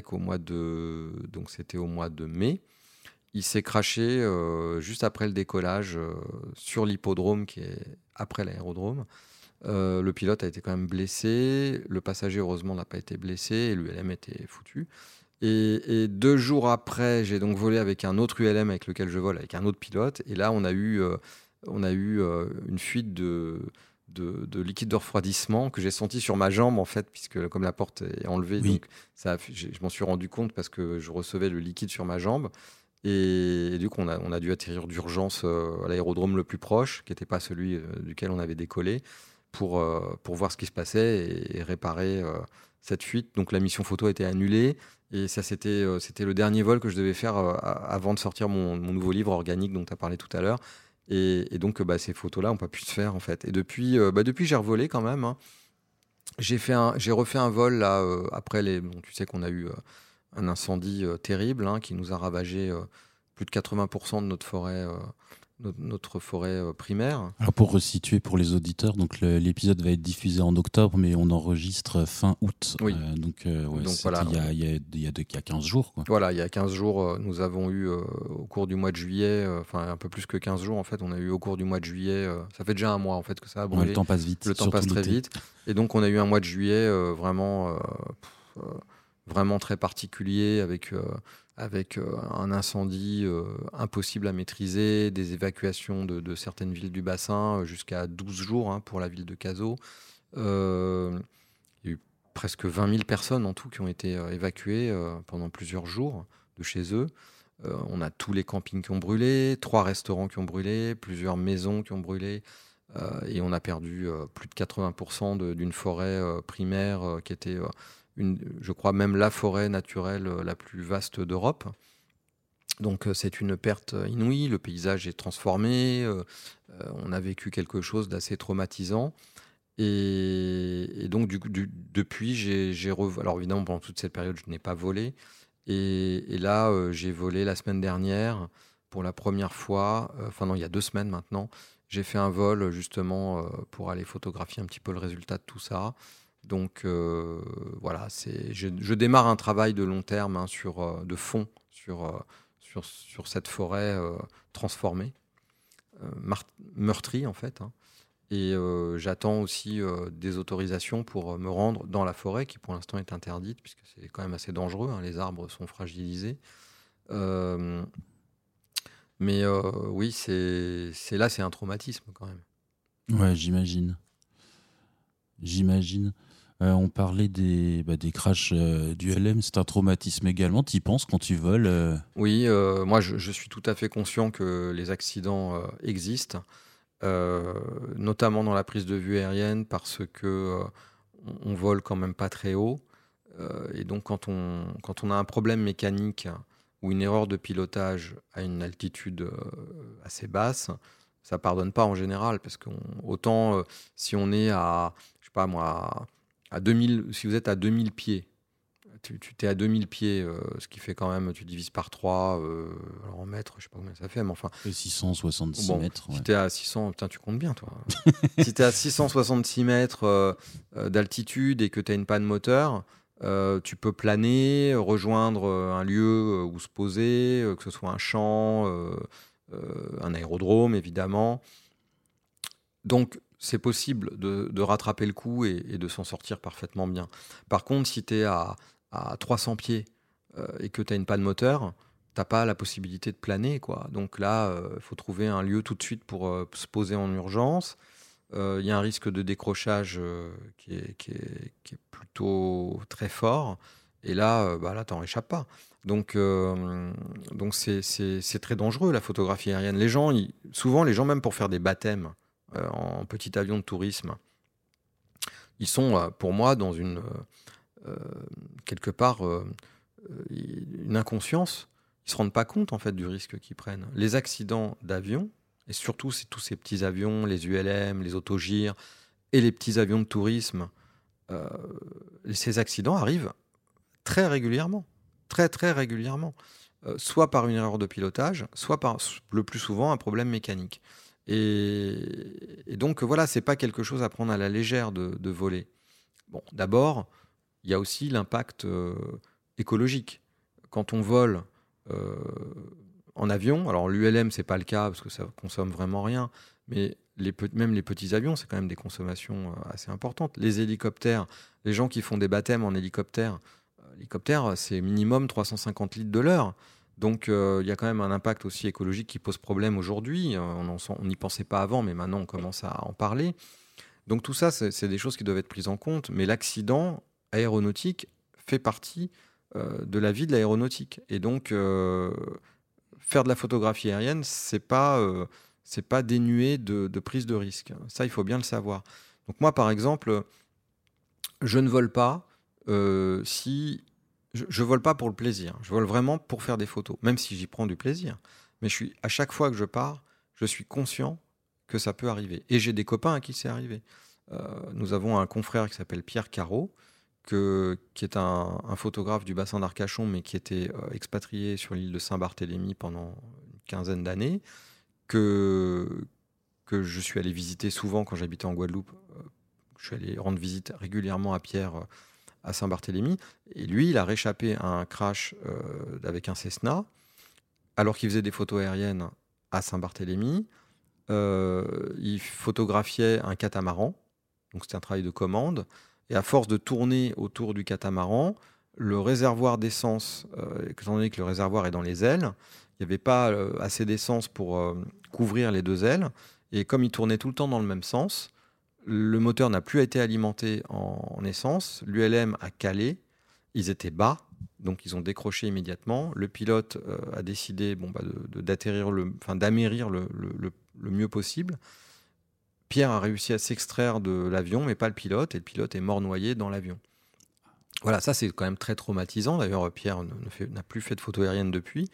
donc c'était au mois de mai, il s'est crashé juste après le décollage sur l'hippodrome qui est après l'aérodrome. Le pilote a été quand même blessé, le passager heureusement n'a pas été blessé et l'ULM était foutu. Et 2 jours après, j'ai donc volé avec un autre ULM avec lequel je vole avec un autre pilote. Et là, on a eu une fuite de liquide de refroidissement que j'ai senti sur ma jambe en fait, puisque comme la porte est enlevée, oui. Donc je m'en suis rendu compte parce que je recevais le liquide sur ma jambe. Et du coup, on a dû atterrir d'urgence à l'aérodrome le plus proche, qui n'était pas celui duquel on avait décollé, pour voir ce qui se passait et réparer cette fuite. Donc la mission photo a été annulée. Et ça, c'était le dernier vol que je devais faire avant de sortir mon nouveau livre organique dont tu as parlé tout à l'heure. Et donc, ces photos-là n'ont pas pu se faire, en fait. Et depuis, j'ai revolé quand même. J'ai refait un vol, là, après tu sais qu'on a eu un incendie terrible qui nous a ravagé plus de 80% de notre forêt primaire. Alors pour resituer pour les auditeurs, donc l'épisode va être diffusé en octobre, mais on enregistre fin août. Oui. Donc voilà, il y a 15 jours. Quoi. Voilà, il y a 15 jours, nous avons eu au cours du mois de juillet, un peu plus que 15 jours en fait, on a eu au cours du mois de juillet, ça fait déjà un mois en fait que ça a brûlé. Le temps passe vite. Le temps passe très vite. Et donc on a eu un mois de juillet vraiment vraiment très particulier avec un incendie impossible à maîtriser, des évacuations de certaines villes du bassin jusqu'à 12 jours pour la ville de Cazaux. Il y a eu presque 20 000 personnes en tout qui ont été évacuées pendant plusieurs jours de chez eux. On a tous les campings qui ont brûlé, 3 restaurants qui ont brûlé, plusieurs maisons qui ont brûlé. Et on a perdu plus de 80% d'une forêt primaire qui était, je crois, même la forêt naturelle la plus vaste d'Europe. Donc c'est une perte inouïe, le paysage est transformé, on a vécu quelque chose d'assez traumatisant. Et donc depuis, alors évidemment, pendant toute cette période, je n'ai pas volé. Et là, j'ai volé la semaine dernière pour la première fois, enfin non, il y a 2 semaines maintenant. J'ai fait un vol justement pour aller photographier un petit peu le résultat de tout ça. Donc voilà, je démarre un travail de long terme de fond sur cette forêt transformée, meurtrie en fait. Et j'attends aussi des autorisations pour me rendre dans la forêt, qui pour l'instant est interdite, puisque c'est quand même assez dangereux, les arbres sont fragilisés. Mais oui, c'est un traumatisme quand même. Ouais, j'imagine. On parlait des crashs du LM, c'est un traumatisme également. Tu y penses quand tu voles Oui, moi je suis tout à fait conscient que les accidents existent. Notamment dans la prise de vue aérienne, parce que on vole quand même pas très haut, et donc quand on a un problème mécanique ou une erreur de pilotage à une altitude assez basse, ça pardonne pas en général, parce qu'autant si on est à, je sais pas moi, à 2000, si vous êtes à 2000 pieds, tu t'es à 2000 pieds, ce qui fait quand même, tu divises par 3, alors en mètres, je sais pas combien ça fait, mais enfin... 666 mètres. Si t'es à 600, putain, tu comptes bien, toi. Si t'es à 666 mètres d'altitude et que t'as une panne moteur, tu peux planer, rejoindre un lieu où se poser, que ce soit un champ, un aérodrome, évidemment. Donc, c'est possible de rattraper le coup et de s'en sortir parfaitement bien. Par contre, si t'es à 300 pieds et que tu as une panne moteur, tu n'as pas la possibilité de planer, quoi. Donc là, il faut trouver un lieu tout de suite pour se poser en urgence. Il y a un risque de décrochage qui est plutôt très fort. Et là, tu n'en réchappes pas. Donc c'est très dangereux, la photographie aérienne. Souvent, les gens, même pour faire des baptêmes en petit avion de tourisme, ils sont, pour moi, dans quelque part une inconscience. Ils se rendent pas compte en fait du risque qu'ils prennent. Les accidents d'avion, et surtout c'est tous ces petits avions, les ULM, les autogires et les petits avions de tourisme, ces accidents arrivent très régulièrement, très très régulièrement, soit par une erreur de pilotage, soit par le plus souvent un problème mécanique. Et donc voilà, c'est pas quelque chose à prendre à la légère de voler. Bon, d'abord, il y a aussi l'impact écologique. Quand on vole en avion, alors l'ULM, c'est pas le cas parce que ça consomme vraiment rien, mais même les petits avions, c'est quand même des consommations assez importantes. Les hélicoptères, les gens qui font des baptêmes en hélicoptère, c'est minimum 350 litres de l'heure. Donc il y a quand même un impact aussi écologique qui pose problème aujourd'hui. On n'y pensait pas avant, mais maintenant on commence à en parler. Donc tout ça, c'est des choses qui doivent être prises en compte. Mais l'accident aéronautique fait partie de la vie de l'aéronautique. Et donc, faire de la photographie aérienne, c'est pas dénué de prise de risque. Ça, il faut bien le savoir. Donc moi, par exemple, je ne vole pas si... Je vole pas pour le plaisir. Je vole vraiment pour faire des photos, même si j'y prends du plaisir. Mais à chaque fois que je pars, je suis conscient que ça peut arriver. Et j'ai des copains à qui c'est arrivé. Nous avons un confrère qui s'appelle Pierre Carreau, qui est un photographe du bassin d'Arcachon, mais qui était expatrié sur l'île de Saint-Barthélemy pendant une quinzaine d'années, que je suis allé visiter souvent quand j'habitais en Guadeloupe. Je suis allé rendre visite régulièrement à Pierre à Saint-Barthélemy. Et lui, il a réchappé à un crash avec un Cessna, alors qu'il faisait des photos aériennes à Saint-Barthélemy. Il photographiait un catamaran, donc c'était un travail de commande. Et à force de tourner autour du catamaran, le réservoir d'essence, étant donné que le réservoir est dans les ailes, il n'y avait pas assez d'essence pour couvrir les 2 ailes. Et comme il tournait tout le temps dans le même sens, le moteur n'a plus été alimenté en essence. L'ULM a calé. Ils étaient bas, donc ils ont décroché immédiatement. Le pilote a décidé d'amérir le mieux possible. Pierre a réussi à s'extraire de l'avion, mais pas le pilote. Et le pilote est mort noyé dans l'avion. Voilà, ça c'est quand même très traumatisant. D'ailleurs, Pierre n'a plus fait de photo aérienne depuis.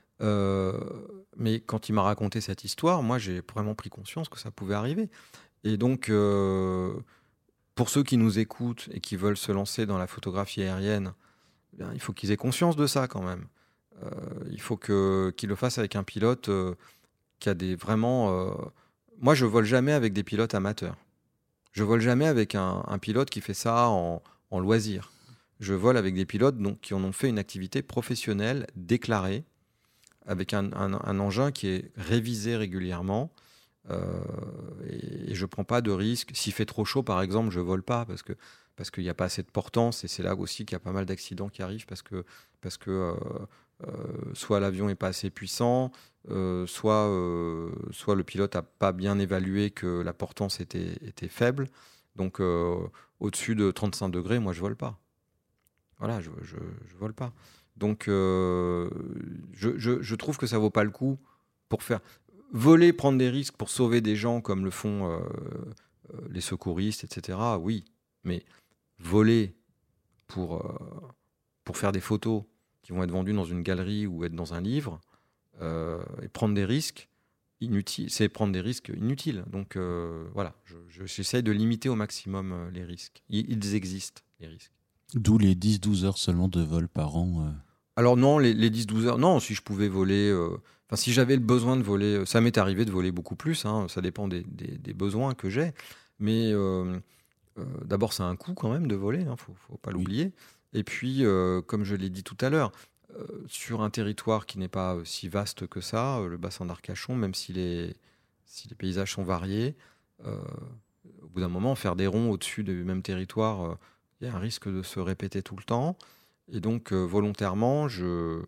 Mais quand il m'a raconté cette histoire, moi j'ai vraiment pris conscience que ça pouvait arriver. Et donc, pour ceux qui nous écoutent et qui veulent se lancer dans la photographie aérienne, bien, il faut qu'ils aient conscience de ça quand même. Il faut qu'ils le fassent avec un pilote qui a des vraiment... Moi, je vole jamais avec des pilotes amateurs. Je vole jamais avec un pilote qui fait ça en loisir. Je vole avec des pilotes qui en ont fait une activité professionnelle déclarée, avec un engin qui est révisé régulièrement. Et je ne prends pas de risque. S'il fait trop chaud, par exemple, je ne vole pas parce qu'il n'y a pas assez de portance. Et c'est là aussi qu'il y a pas mal d'accidents qui arrivent parce que soit l'avion n'est pas assez puissant, soit le pilote n'a pas bien évalué que la portance était faible. Donc, au-dessus de 35 degrés, moi, je ne vole pas. Voilà, je vole pas. Donc, je trouve que ça vaut pas le coup pour faire voler, prendre des risques pour sauver des gens comme le font les secouristes, etc. Oui, mais voler pour faire des photos qui vont être vendues dans une galerie ou être dans un livre et prendre des risques inutiles, c'est prendre des risques inutiles. Donc voilà, j'essaye de limiter au maximum les risques. Ils existent, les risques. D'où les 10-12 heures seulement de vol par an. Alors non, les 10-12 heures, non, si je pouvais voler, si j'avais le besoin de voler, ça m'est arrivé de voler beaucoup plus, hein, ça dépend des besoins que j'ai, mais d'abord c'est un coût quand même de voler, hein, faut pas l'oublier, et puis comme je l'ai dit tout à l'heure, sur un territoire qui n'est pas si vaste que ça, le bassin d'Arcachon, même si les paysages sont variés, au bout d'un moment, faire des ronds au-dessus du même territoire, il y a un risque de se répéter tout le temps. Et donc, volontairement, je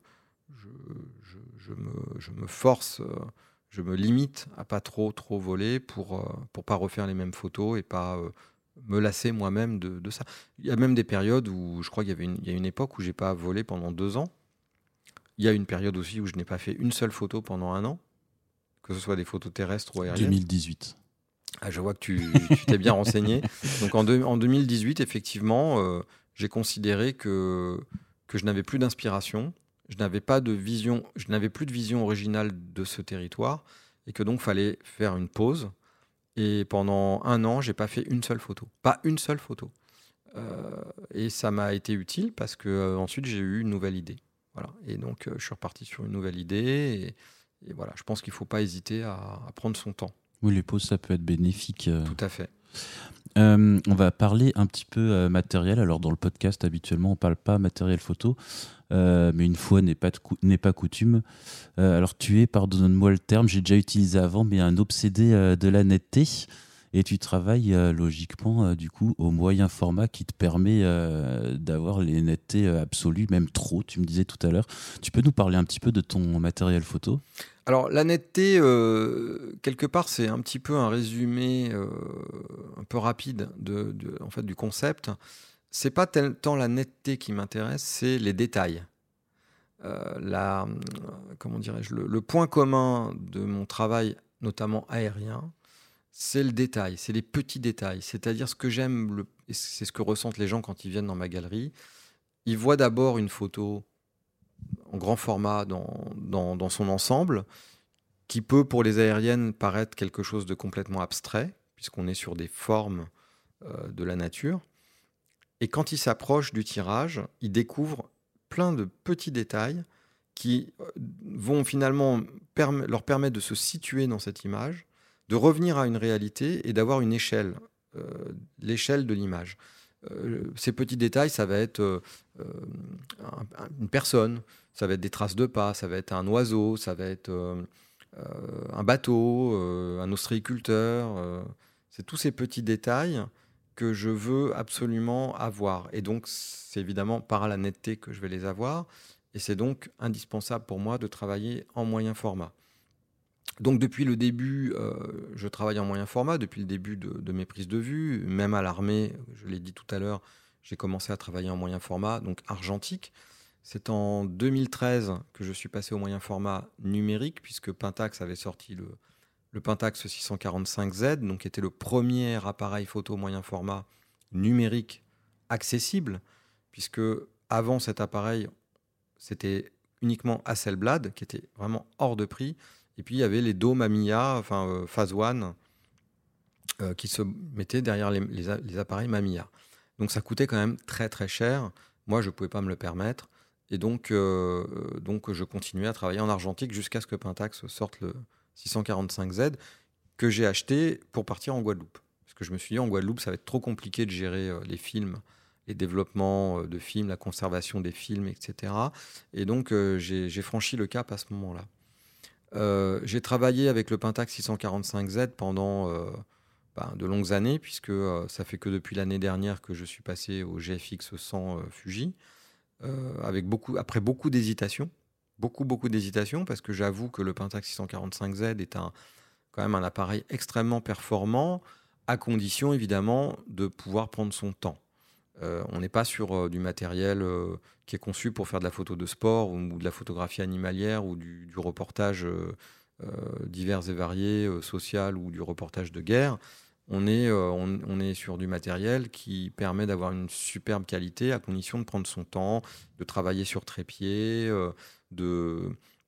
me force, je me limite à pas trop voler pour pas refaire les mêmes photos et pas me lasser moi-même de ça. Il y a même des périodes où, je crois qu'il y a une époque où j'ai pas volé pendant 2 ans. Il y a une période aussi où je n'ai pas fait une seule photo pendant 1 an, que ce soit des photos terrestres ou aériennes. 2018. Ah, je vois que tu t'es bien renseigné. Donc en 2018, effectivement, j'ai considéré que je n'avais plus d'inspiration, je n'avais plus de vision originale de ce territoire, et que donc fallait faire une pause. Et pendant 1 an, j'ai pas fait une seule photo, pas une seule photo. Et ça m'a été utile parce que ensuite j'ai eu une nouvelle idée. Voilà. Et donc je suis reparti sur une nouvelle idée. Et voilà, je pense qu'il faut pas hésiter à prendre son temps. Oui, les pauses, ça peut être bénéfique. Tout à fait. On va parler un petit peu matériel. Alors, dans le podcast, habituellement, on ne parle pas matériel photo, mais une fois n'est pas coutume. Alors, tu es, pardonne-moi le terme, j'ai déjà utilisé avant, mais un obsédé de la netteté. Et tu travailles logiquement, du coup, au moyen format qui te permet d'avoir les nettetés absolues, même trop, tu me disais tout à l'heure. Tu peux nous parler un petit peu de ton matériel photo ? Alors, la netteté, quelque part, c'est un petit peu un résumé un peu rapide en fait, du concept. C'est pas tant la netteté qui m'intéresse, c'est les détails. Comment dirais-je, le point commun de mon travail, notamment aérien, c'est le détail, c'est les petits détails. C'est-à-dire ce que j'aime, et c'est ce que ressentent les gens quand ils viennent dans ma galerie. Ils voient d'abord une photo en grand format dans son ensemble, qui peut pour les aériennes paraître quelque chose de complètement abstrait, puisqu'on est sur des formes de la nature. Et quand ils s'approchent du tirage, ils découvrent plein de petits détails qui vont finalement leur permettre de se situer dans cette image, de revenir à une réalité et d'avoir une échelle, l'échelle de l'image. Ces petits détails, ça va être une personne, ça va être des traces de pas, ça va être un oiseau, ça va être un bateau, un ostréiculteur. C'est tous ces petits détails que je veux absolument avoir. Et donc, c'est évidemment par la netteté que je vais les avoir. Et c'est donc indispensable pour moi de travailler en moyen format. Donc, depuis le début, je travaille en moyen format, depuis le début de mes prises de vue. Même à l'armée, je l'ai dit tout à l'heure, j'ai commencé à travailler en moyen format, donc argentique. C'est en 2013 que je suis passé au moyen format numérique, puisque Pentax avait sorti le Pentax 645Z, donc qui était le premier appareil photo moyen format numérique accessible, puisque avant cet appareil, c'était uniquement Hasselblad, qui était vraiment hors de prix. Et puis il y avait les dômes Mamiya, enfin Phase One, qui se mettaient derrière les appareils Mamiya. Donc ça coûtait quand même très très cher. Moi, je ne pouvais pas me le permettre. Et donc je continuais à travailler en argentique jusqu'à ce que Pentax sorte le 645Z, que j'ai acheté pour partir en Guadeloupe. Parce que je me suis dit, en Guadeloupe, ça va être trop compliqué de gérer les films, les développements de films, la conservation des films, etc. Et donc, j'ai franchi le cap à ce moment-là. J'ai travaillé avec le Pentax 645Z pendant de longues années, puisque ça fait que depuis l'année dernière que je suis passé au GFX 100 Fuji, après beaucoup d'hésitations. Beaucoup d'hésitations, parce que j'avoue que le Pentax 645Z est quand même un appareil extrêmement performant, à condition évidemment de pouvoir prendre son temps. On n'est pas sur du matériel qui est conçu pour faire de la photo de sport ou de la photographie animalière ou du reportage divers et variés, social ou du reportage de guerre. On est sur du matériel qui permet d'avoir une superbe qualité à condition de prendre son temps, de travailler sur trépied, de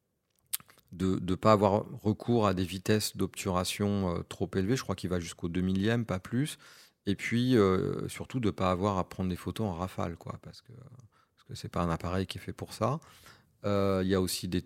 ne pas avoir recours à des vitesses d'obturation trop élevées. Je crois qu'il va jusqu'au 2 millième, pas plus. Et puis, surtout, de ne pas avoir à prendre des photos en rafale, quoi, parce que ce n'est pas un appareil qui est fait pour ça. Il y a aussi des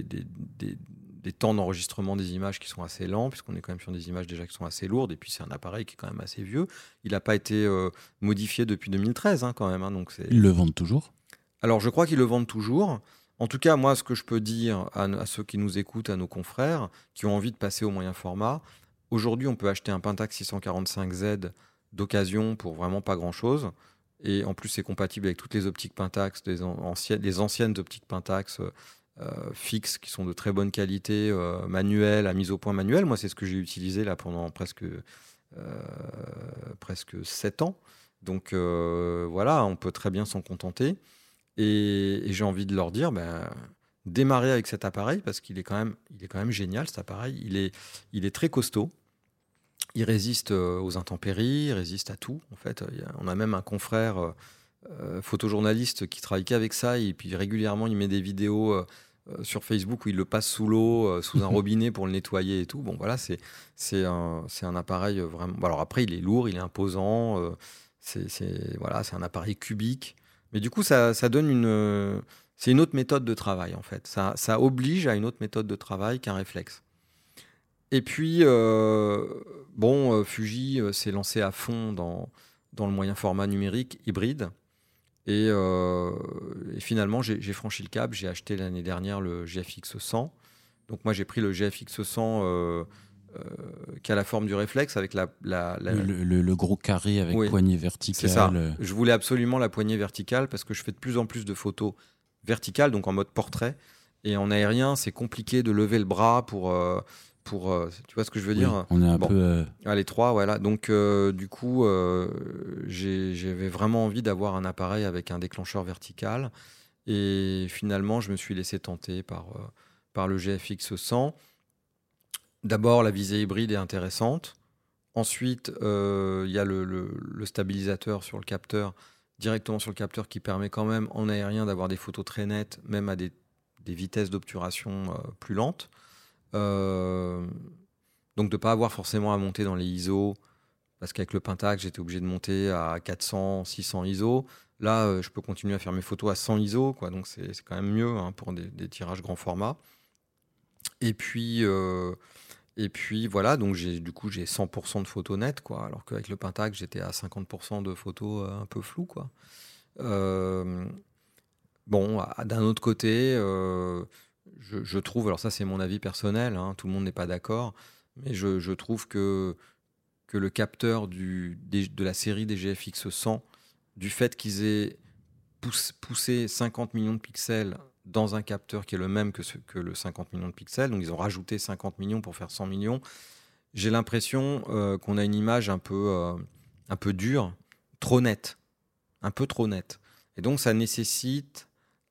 temps d'enregistrement des images qui sont assez lents, puisqu'on est quand même sur des images déjà qui sont assez lourdes. Et puis, c'est un appareil qui est quand même assez vieux. Il n'a pas été modifié depuis 2013, quand même. Donc Ils le vendent toujours ? Alors, je crois qu'ils le vendent toujours. En tout cas, moi, ce que je peux dire à ceux qui nous écoutent, à nos confrères, qui ont envie de passer au moyen format, aujourd'hui, on peut acheter un Pentax 645Z d'occasion pour vraiment pas grand-chose. Et en plus, c'est compatible avec toutes les optiques Pentax, les anciennes optiques Pentax fixes, qui sont de très bonne qualité, manuelles, à mise au point manuelle. Moi, c'est ce que j'ai utilisé là pendant presque 7 ans. Donc voilà, on peut très bien s'en contenter. Et j'ai envie de leur dire, démarrez avec cet appareil, parce qu'il est quand même génial, cet appareil. Il est très costaud. Il résiste aux intempéries, il résiste à tout. En fait, on a même un confrère photojournaliste qui travaille qu'avec ça, et puis régulièrement il met des vidéos sur Facebook où il le passe sous l'eau, sous un robinet pour le nettoyer et tout. Bon, voilà, c'est un appareil vraiment. Bon, alors après, il est lourd, il est imposant. C'est un appareil cubique. Mais du coup, ça donne c'est une autre méthode de travail, en fait. Ça oblige à une autre méthode de travail qu'un réflexe. Et puis, Fuji s'est lancé à fond dans le moyen format numérique hybride. Et finalement, j'ai franchi le cap. J'ai acheté l'année dernière le GFX 100. Donc moi, j'ai pris le GFX 100 qui a la forme du réflexe, avec le gros carré avec poignée verticale. C'est ça. Je voulais absolument la poignée verticale, parce que je fais de plus en plus de photos verticales, donc en mode portrait. Et en aérien, c'est compliqué de lever le bras pour tu vois ce que je veux dire ? On est un peu à l'étroit, voilà. Donc du coup, j'avais vraiment envie d'avoir un appareil avec un déclencheur vertical. Et finalement, je me suis laissé tenter par le GFX 100. D'abord, la visée hybride est intéressante. Ensuite, il y a le stabilisateur sur le capteur, directement sur le capteur, qui permet quand même en aérien d'avoir des photos très nettes, même à des vitesses d'obturation plus lentes. Donc de ne pas avoir forcément à monter dans les ISO, parce qu'avec le Pentax, j'étais obligé de monter à 400, 600 ISO. Là, je peux continuer à faire mes photos à 100 ISO, quoi. Donc c'est quand même mieux pour des tirages grand format. Et puis voilà, donc j'ai 100% de photos nettes, quoi, alors qu'avec le Pentax, j'étais à 50% de photos un peu floues, quoi. D'un autre côté, je trouve, alors ça c'est mon avis personnel, tout le monde n'est pas d'accord, mais je trouve que que le capteur de la série des GFX 100, du fait qu'ils aient poussé 50 millions de pixels dans un capteur qui est le même que le 50 millions de pixels, donc ils ont rajouté 50 millions pour faire 100 millions, j'ai l'impression qu'on a une image un peu dure, trop nette, un peu trop nette. Et donc ça nécessite,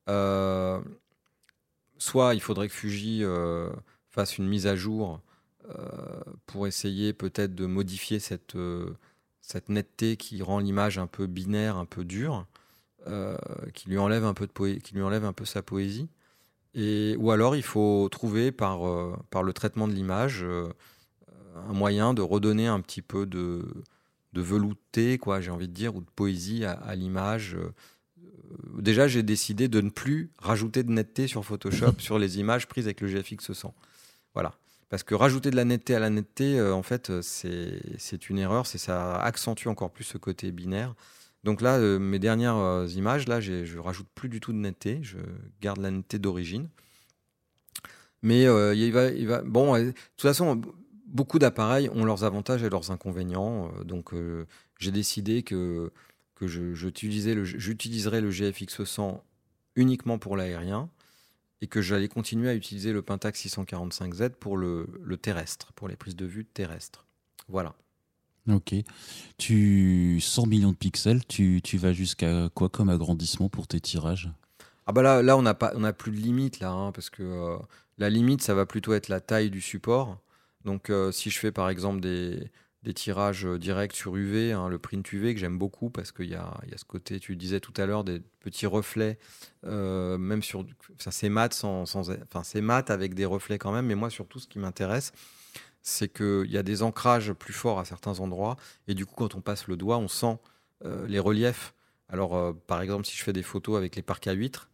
soit il faudrait que Fuji fasse une mise à jour pour essayer peut-être de modifier cette netteté qui rend l'image un peu binaire, un peu dure, qui lui enlève un peu sa poésie. Ou alors il faut trouver par le traitement de l'image un moyen de redonner un petit peu de velouté, quoi, j'ai envie de dire, ou de poésie à l'image. Déjà, j'ai décidé de ne plus rajouter de netteté sur Photoshop sur les images prises avec le GFX 100. Voilà. Parce que rajouter de la netteté à la netteté, en fait, c'est une erreur. Ça accentue encore plus ce côté binaire. Donc là, mes dernières images, là, je rajoute plus du tout de netteté. Je garde la netteté d'origine. Mais bon, de toute façon, beaucoup d'appareils ont leurs avantages et leurs inconvénients. Donc, j'ai décidé que j'utiliserais le GFX 100 uniquement pour l'aérien et que j'allais continuer à utiliser le Pentax 645Z pour le terrestre, pour les prises de vue terrestres. Voilà. Ok. 100 millions de pixels, tu vas jusqu'à quoi comme agrandissement pour tes tirages ? Ah bah là on n'a plus de limite là, hein, parce que la limite, ça va plutôt être la taille du support. Donc si je fais par exemple des tirages directs sur UV, hein, le print UV que j'aime beaucoup parce qu'il y a ce côté, tu disais tout à l'heure, des petits reflets, même sur ça, c'est mat c'est mat avec des reflets quand même, mais moi surtout ce qui m'intéresse, c'est qu'il y a des ancrages plus forts à certains endroits et du coup quand on passe le doigt, on sent les reliefs. Alors par exemple si je fais des photos avec les parcs à huîtres,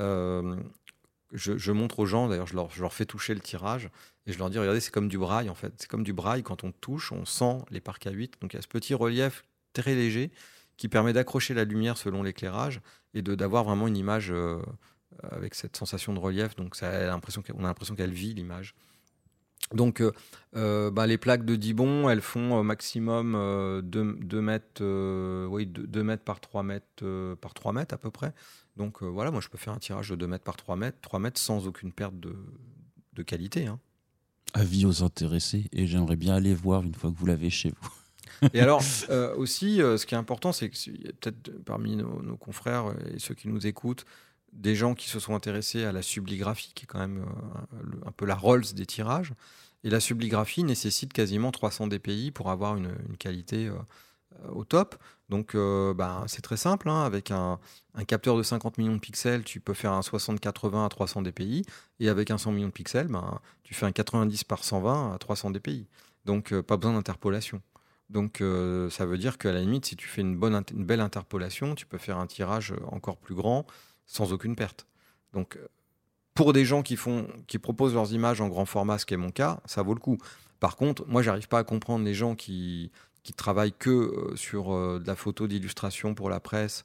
je montre aux gens, d'ailleurs je leur fais toucher le tirage et je leur dis regardez, c'est comme du braille en fait, c'est comme du braille, quand on touche on sent les parcs à huîtres, donc il y a ce petit relief très léger qui permet d'accrocher la lumière selon l'éclairage et d'avoir vraiment une image avec cette sensation de relief, donc on a l'impression qu'elle vit l'image. Donc les plaques de Dibon, elles font au maximum 2 mètres, 2 mètres par 3 mètres par 3 mètres à peu près. Donc voilà, moi je peux faire un tirage de 2 mètres par 3 mètres sans aucune perte de qualité. Hein. Avis aux intéressés, et j'aimerais bien aller voir une fois que vous l'avez chez vous. Et alors aussi, ce qui est important, c'est qu'il y a peut-être parmi nos confrères et ceux qui nous écoutent, des gens qui se sont intéressés à la subligraphie, qui est quand même un peu la Rolls des tirages. Et la subligraphie nécessite quasiment 300 dpi pour avoir une qualité au top. Donc c'est très simple, hein. Avec un capteur de 50 millions de pixels, tu peux faire un 60-80 à 300 dpi. Et avec un 100 millions de pixels, tu fais un 90 par 120 à 300 dpi. Donc pas besoin d'interpolation. Donc ça veut dire qu'à la limite, si tu fais une belle interpolation, tu peux faire un tirage encore plus grand sans aucune perte. Donc pour des gens qui proposent leurs images en grand format, ce qui est mon cas, ça vaut le coup. Par contre, moi, j'arrive pas à comprendre les gens qui travaillent que sur de la photo d'illustration pour la presse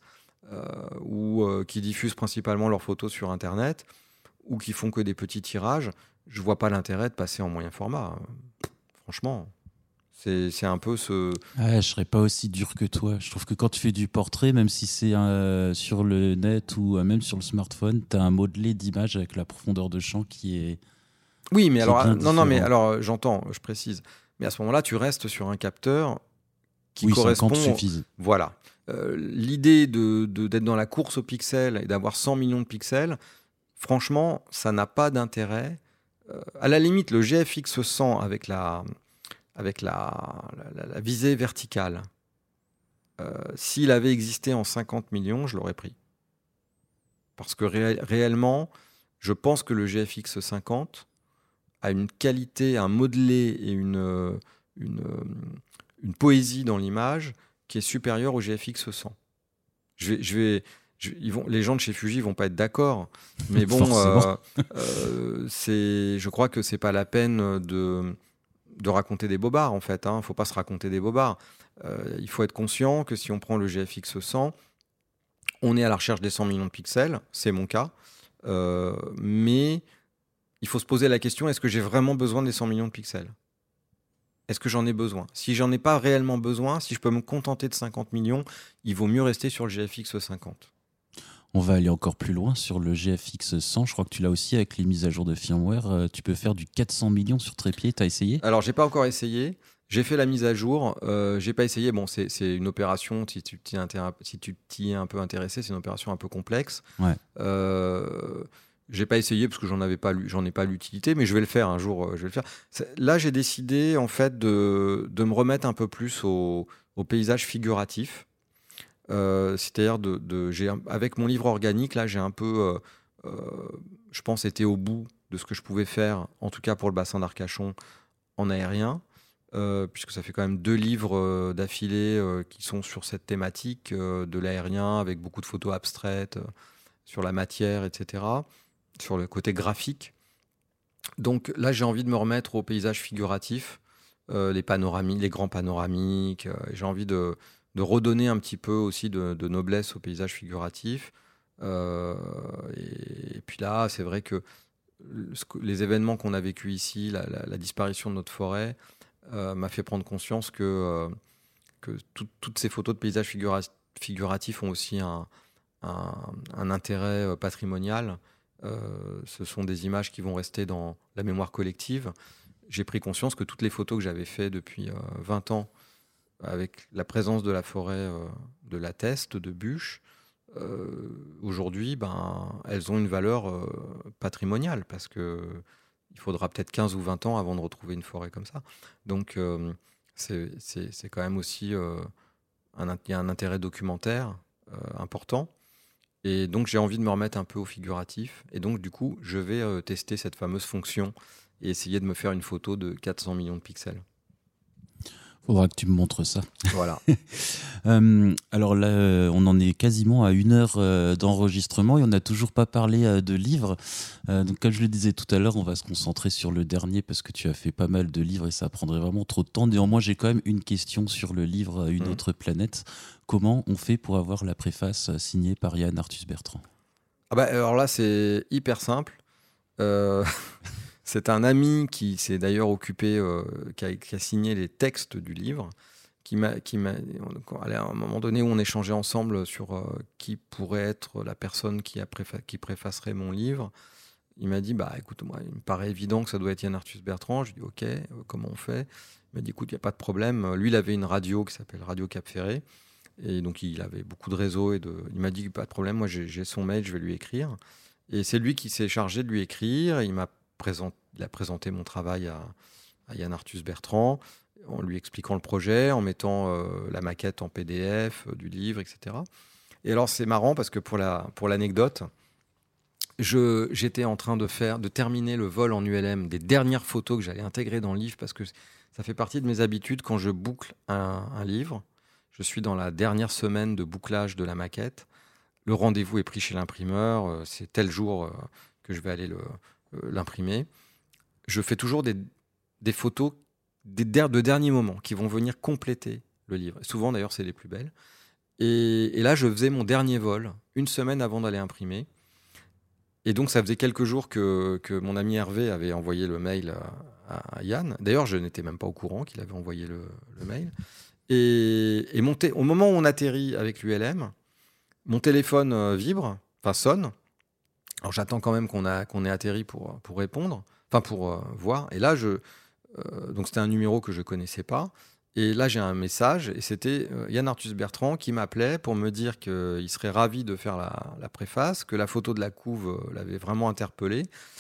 ou qui diffusent principalement leurs photos sur Internet ou qui font que des petits tirages. Je vois pas l'intérêt de passer en moyen format. Franchement, c'est un peu ce... Je serais pas aussi dur que toi. Je trouve que quand tu fais du portrait, même si c'est sur le net ou même sur le smartphone, tu as un modelé d'image avec la profondeur de champ qui est... Oui, mais alors... Non, mais alors, j'entends, je précise. Mais à ce moment-là, tu restes sur un capteur qui correspond... 50 suffisent. Voilà. L'idée d'être dans la course aux pixels et d'avoir 100 millions de pixels, franchement, ça n'a pas d'intérêt. À la limite, le GFX 100 avec la visée verticale, s'il avait existé en 50 millions, je l'aurais pris. Parce que réellement, je pense que le GFX 50 a une qualité, un modelé et une poésie dans l'image qui est supérieure au GFX 100. Les gens de chez Fuji vont pas être d'accord, mais bon, je crois que c'est pas la peine de raconter des bobards, en fait. Faut pas se raconter des bobards. Il faut être conscient que si on prend le GFX 100, on est à la recherche des 100 millions de pixels, c'est mon cas, mais il faut se poser la question, est-ce que j'ai vraiment besoin des 100 millions de pixels ? est-ce que j'en ai besoin? Si j'en ai pas réellement besoin, si je peux me contenter de 50 millions, il vaut mieux rester sur le GFX 50. On va aller encore plus loin sur le GFX 100. Je crois que tu l'as aussi avec les mises à jour de firmware. Tu peux faire du 400 millions sur trépied. Tu as essayé? Alors, j'ai pas encore essayé. J'ai fait la mise à jour. J'ai pas essayé. Bon, c'est une opération, si tu t'y es un peu intéressé, c'est une opération un peu complexe. Ouais. J'ai pas essayé parce que j'en ai pas l'utilité, mais je vais le faire un jour. Je vais le faire. Là, j'ai décidé en fait de me remettre un peu plus au paysage figuratif. C'est-à-dire avec mon livre organique, là, j'ai un peu, je pense, été au bout de ce que je pouvais faire, en tout cas pour le bassin d'Arcachon en aérien, puisque ça fait quand même 2 livres d'affilée qui sont sur cette thématique de l'aérien, avec beaucoup de photos abstraites sur la matière, etc., sur le côté graphique. Donc là, j'ai envie de me remettre au paysage figuratif, les grands panoramiques. J'ai envie de redonner un petit peu aussi de noblesse au paysage figuratif. Et puis là, c'est vrai que les événements qu'on a vécus ici, la disparition de notre forêt, m'a fait prendre conscience que toutes ces photos de paysages figuratifs ont aussi un intérêt patrimonial. Ce sont des images qui vont rester dans la mémoire collective. J'ai pris conscience que toutes les photos que j'avais faites depuis 20 ans, avec la présence de la forêt de la Teste, de Buch, aujourd'hui, elles ont une valeur patrimoniale, parce qu'il faudra peut-être 15 ou 20 ans avant de retrouver une forêt comme ça. Donc, c'est quand même aussi... il y a un intérêt documentaire important. Et donc, j'ai envie de me remettre un peu au figuratif. Et donc, du coup, je vais tester cette fameuse fonction et essayer de me faire une photo de 400 millions de pixels. Faudra que tu me montres ça. Voilà. Alors là, on en est quasiment à 1 heure d'enregistrement et on n'a toujours pas parlé de livres. Donc, comme je le disais tout à l'heure, on va se concentrer sur le dernier parce que tu as fait pas mal de livres et ça prendrait vraiment trop de temps. Néanmoins, j'ai quand même une question sur le livre Une autre planète. Comment on fait pour avoir la préface signée par Yann Arthus Bertrand? Alors là, c'est hyper simple. C'est un ami qui s'est d'ailleurs occupé, qui a signé les textes du livre, à un moment donné où on échangeait ensemble sur qui pourrait être la personne qui préfacerait mon livre. Il m'a dit, écoute, moi, il me paraît évident que ça doit être Yann Arthus Bertrand. Je lui ai dit, ok, comment on fait? Il m'a dit, écoute, il n'y a pas de problème. Lui, il avait une radio qui s'appelle Radio Cap Ferré. Et donc, il avait beaucoup de réseaux. Il m'a dit, pas de problème, moi, j'ai son mail, je vais lui écrire. Et c'est lui qui s'est chargé de lui écrire. Il a présenté mon travail à Yann Arthus Bertrand, en lui expliquant le projet, en mettant la maquette en PDF du livre, etc. Et alors, c'est marrant parce que pour l'anecdote, j'étais en train de terminer le vol en ULM des dernières photos que j'allais intégrer dans le livre, parce que ça fait partie de mes habitudes quand je boucle un livre. Je suis dans la dernière semaine de bouclage de la maquette. Le rendez-vous est pris chez l'imprimeur. C'est tel jour que je vais aller l'imprimer. Je fais toujours des photos de dernier moment qui vont venir compléter le livre. Souvent, d'ailleurs, c'est les plus belles. Et là, je faisais mon dernier vol 1 semaine avant d'aller imprimer. Et donc, ça faisait quelques jours que mon ami Hervé avait envoyé le mail à Yann. D'ailleurs, je n'étais même pas au courant qu'il avait envoyé le mail. Et au moment où on atterrit avec l'ULM, mon téléphone vibre, sonne. Alors, j'attends quand même qu'on ait atterri pour répondre, pour voir. Et là, donc c'était un numéro que je connaissais pas. Et là, j'ai un message, et c'était Yann Arthus Bertrand qui m'appelait pour me dire qu'il serait ravi de faire la préface, que la photo de la couve l'avait vraiment interpellé,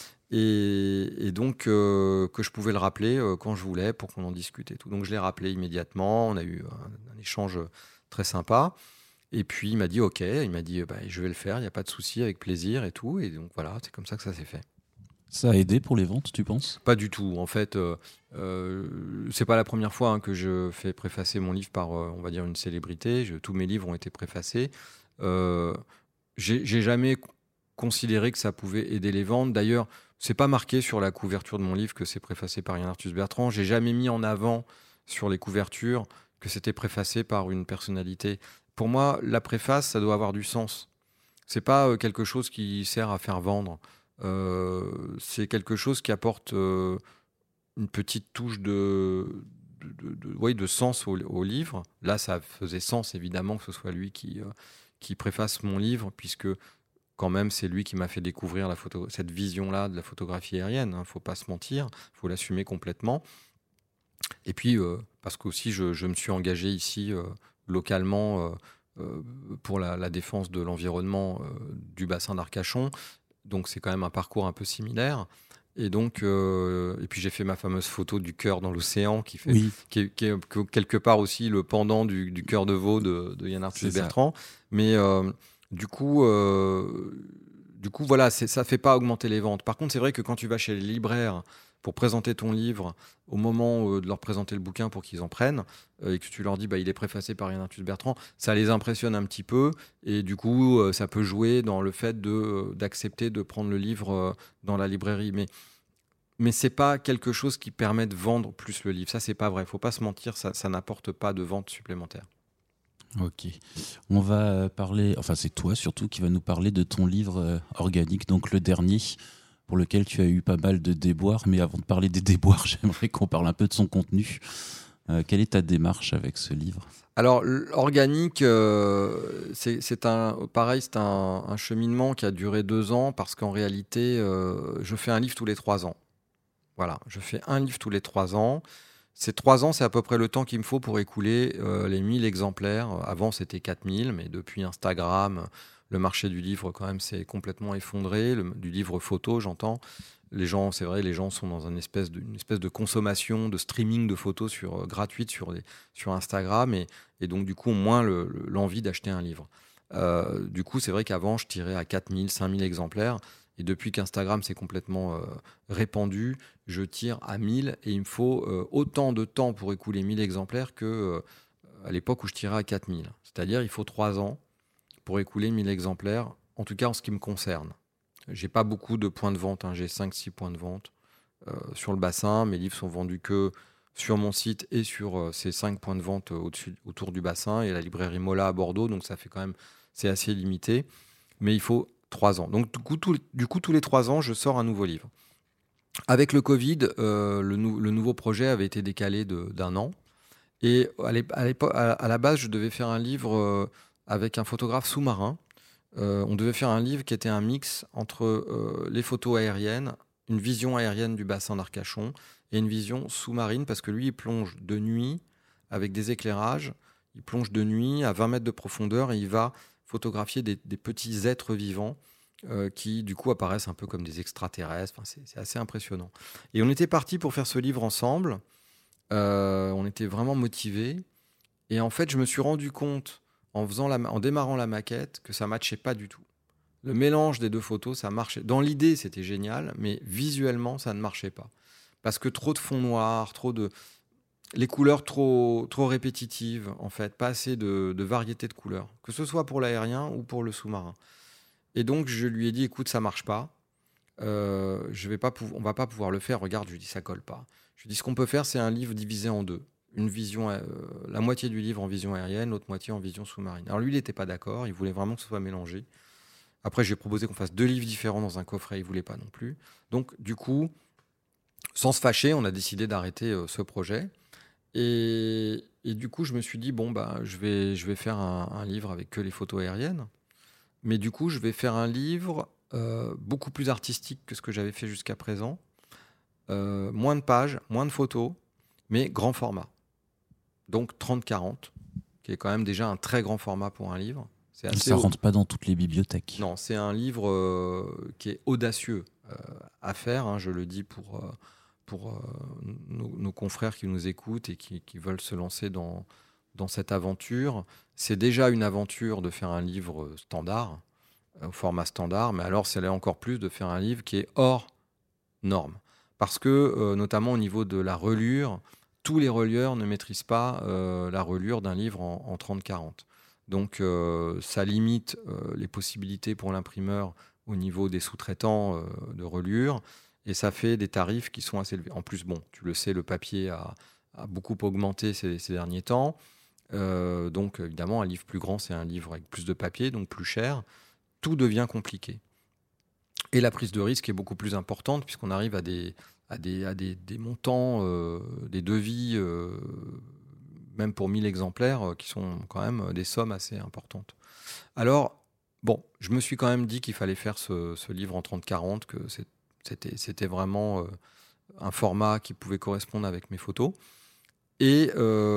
et donc que je pouvais le rappeler quand je voulais pour qu'on en discute et tout. Donc je l'ai rappelé immédiatement, on a eu un échange très sympa. Et puis il m'a dit ok, il m'a dit je vais le faire, il n'y a pas de souci, avec plaisir et tout. Et donc voilà, c'est comme ça que ça s'est fait. Ça a aidé pour les ventes, tu penses? Pas du tout. En fait, c'est pas la première fois que je fais préfacer mon livre par, on va dire, une célébrité. Tous mes livres ont été préfacés. J'ai jamais considéré que ça pouvait aider les ventes. D'ailleurs, c'est pas marqué sur la couverture de mon livre que c'est préfacé par Yann Arthus Bertrand. J'ai jamais mis en avant sur les couvertures que c'était préfacé par une personnalité. Pour moi, la préface, ça doit avoir du sens. C'est pas quelque chose qui sert à faire vendre. C'est quelque chose qui apporte une petite touche de de sens au livre. Là, ça faisait sens, évidemment, que ce soit lui qui préface mon livre, puisque quand même, c'est lui qui m'a fait découvrir cette vision-là de la photographie aérienne. Il ne faut pas se mentir, il faut l'assumer complètement. Et puis, parce qu'aussi, je me suis engagé ici, localement, pour la défense de l'environnement du bassin d'Arcachon. Donc, c'est quand même un parcours un peu similaire. Et donc, et puis j'ai fait ma fameuse photo du cœur dans l'océan, qui est quelque part aussi le pendant du cœur de veau de Yann Arthus Bertrand. Mais du coup, voilà, ça fait pas augmenter les ventes. Par contre, c'est vrai que quand tu vas chez les libraires pour présenter ton livre, au moment de leur présenter le bouquin pour qu'ils en prennent, et que tu leur dis il est préfacé par Yann Arthus Bertrand, ça les impressionne un petit peu, et du coup ça peut jouer dans le fait d'accepter de prendre le livre dans la librairie. Mais c'est pas quelque chose qui permet de vendre plus le livre. Ça, c'est pas vrai. Faut pas se mentir, ça n'apporte pas de vente supplémentaire. Ok. On va parler, enfin c'est toi surtout qui va nous parler de ton livre organique, donc le dernier, pour lequel tu as eu pas mal de déboires. Mais avant de parler des déboires, j'aimerais qu'on parle un peu de son contenu. Quelle est ta démarche avec ce livre ? Alors, organique, c'est un cheminement qui a duré 2 ans, parce qu'en réalité, je fais un livre tous les 3 ans. Voilà, je fais un livre tous les 3 ans. Ces 3 ans, c'est à peu près le temps qu'il me faut pour écouler les 1000 exemplaires. Avant, c'était 4000, mais depuis Instagram, le marché du livre, quand même, s'est complètement effondré. Du livre photo, j'entends. Les gens sont dans une espèce de consommation, de streaming de photos gratuites sur Instagram, et donc, du coup, ont moins l'envie d'acheter un livre. Du coup, c'est vrai qu'avant, je tirais à 4000, 5000 exemplaires. Et depuis qu'Instagram s'est complètement répandu, je tire à 1000, et il me faut autant de temps pour écouler 1000 exemplaires qu'à l'époque où je tirais à 4000. C'est-à-dire il faut 3 ans pour écouler 1000 exemplaires, en tout cas en ce qui me concerne. J'ai pas beaucoup de points de vente, j'ai 5-6 points de vente sur le bassin. Mes livres sont vendus que sur mon site et sur ces 5 points de vente autour du bassin, et la librairie Mola à Bordeaux, donc ça fait quand même, c'est assez limité. Mais il faut 3 ans. Donc du coup, tous les 3 ans, je sors un nouveau livre. Avec le Covid, le nouveau projet avait été décalé d'1 an. Et à la base, je devais faire un livre avec un photographe sous-marin. On devait faire un livre qui était un mix entre les photos aériennes, une vision aérienne du bassin d'Arcachon, et une vision sous-marine, parce que lui, il plonge de nuit avec des éclairages. Il plonge de nuit à 20 mètres de profondeur, et il va photographier des petits êtres vivants qui, du coup, apparaissent un peu comme des extraterrestres. Enfin, c'est assez impressionnant. Et on était partis pour faire ce livre ensemble. On était vraiment motivés. Et en fait, je me suis rendu compte, en démarrant la maquette, que ça ne matchait pas du tout. Le mélange des 2 photos, ça marchait. Dans l'idée, c'était génial, mais visuellement, ça ne marchait pas. Parce que trop de fond noir, les couleurs trop répétitives, en fait, pas assez de variété de couleurs, que ce soit pour l'aérien ou pour le sous-marin. Et donc, je lui ai dit, écoute, ça marche pas. On va pas pouvoir le faire. Regarde, je lui ai dit, ça colle pas. Je lui ai dit, ce qu'on peut faire, c'est un livre divisé en 2. Une vision, la moitié du livre en vision aérienne, l'autre moitié en vision sous-marine. Alors lui, il n'était pas d'accord. Il voulait vraiment que ce soit mélangé. Après, j'ai proposé qu'on fasse 2 livres différents dans un coffret. Il voulait pas non plus. Donc, du coup, sans se fâcher, on a décidé d'arrêter ce projet. Et du coup, je me suis dit, je vais faire un livre avec que les photos aériennes. Mais du coup, je vais faire un livre beaucoup plus artistique que ce que j'avais fait jusqu'à présent. Moins de pages, moins de photos, mais grand format. Donc 30-40, qui est quand même déjà un très grand format pour un livre. Ça ne rentre pas dans toutes les bibliothèques. Non, c'est un livre qui est audacieux à faire, je le dis pour nos confrères qui nous écoutent et qui veulent se lancer dans cette aventure. C'est déjà une aventure de faire un livre standard, au format standard, mais alors c'est encore plus de faire un livre qui est hors norme. Parce que, notamment au niveau de la relure, tous les relieurs ne maîtrisent pas la relure d'un livre en 30-40. Donc ça limite les possibilités pour l'imprimeur au niveau des sous-traitants de relure, et ça fait des tarifs qui sont assez élevés. En plus, tu le sais, le papier a beaucoup augmenté ces derniers temps. Donc évidemment, un livre plus grand, c'est un livre avec plus de papier, donc plus cher. Tout devient compliqué. Et la prise de risque est beaucoup plus importante, puisqu'on arrive à des des montants, des devis, même pour 1000 exemplaires, qui sont quand même des sommes assez importantes. Alors, bon, je me suis quand même dit qu'il fallait faire ce livre en 30-40, que c'était vraiment un format qui pouvait correspondre avec mes photos. Et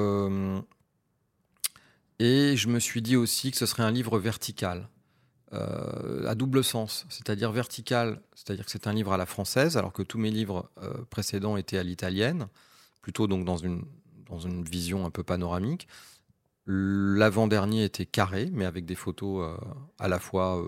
je me suis dit aussi que ce serait un livre vertical, à double sens, c'est-à-dire vertical, c'est-à-dire que c'est un livre à la française, alors que tous mes livres précédents étaient à l'italienne, plutôt donc dans une vision un peu panoramique. L'avant-dernier était carré, mais avec des photos à la fois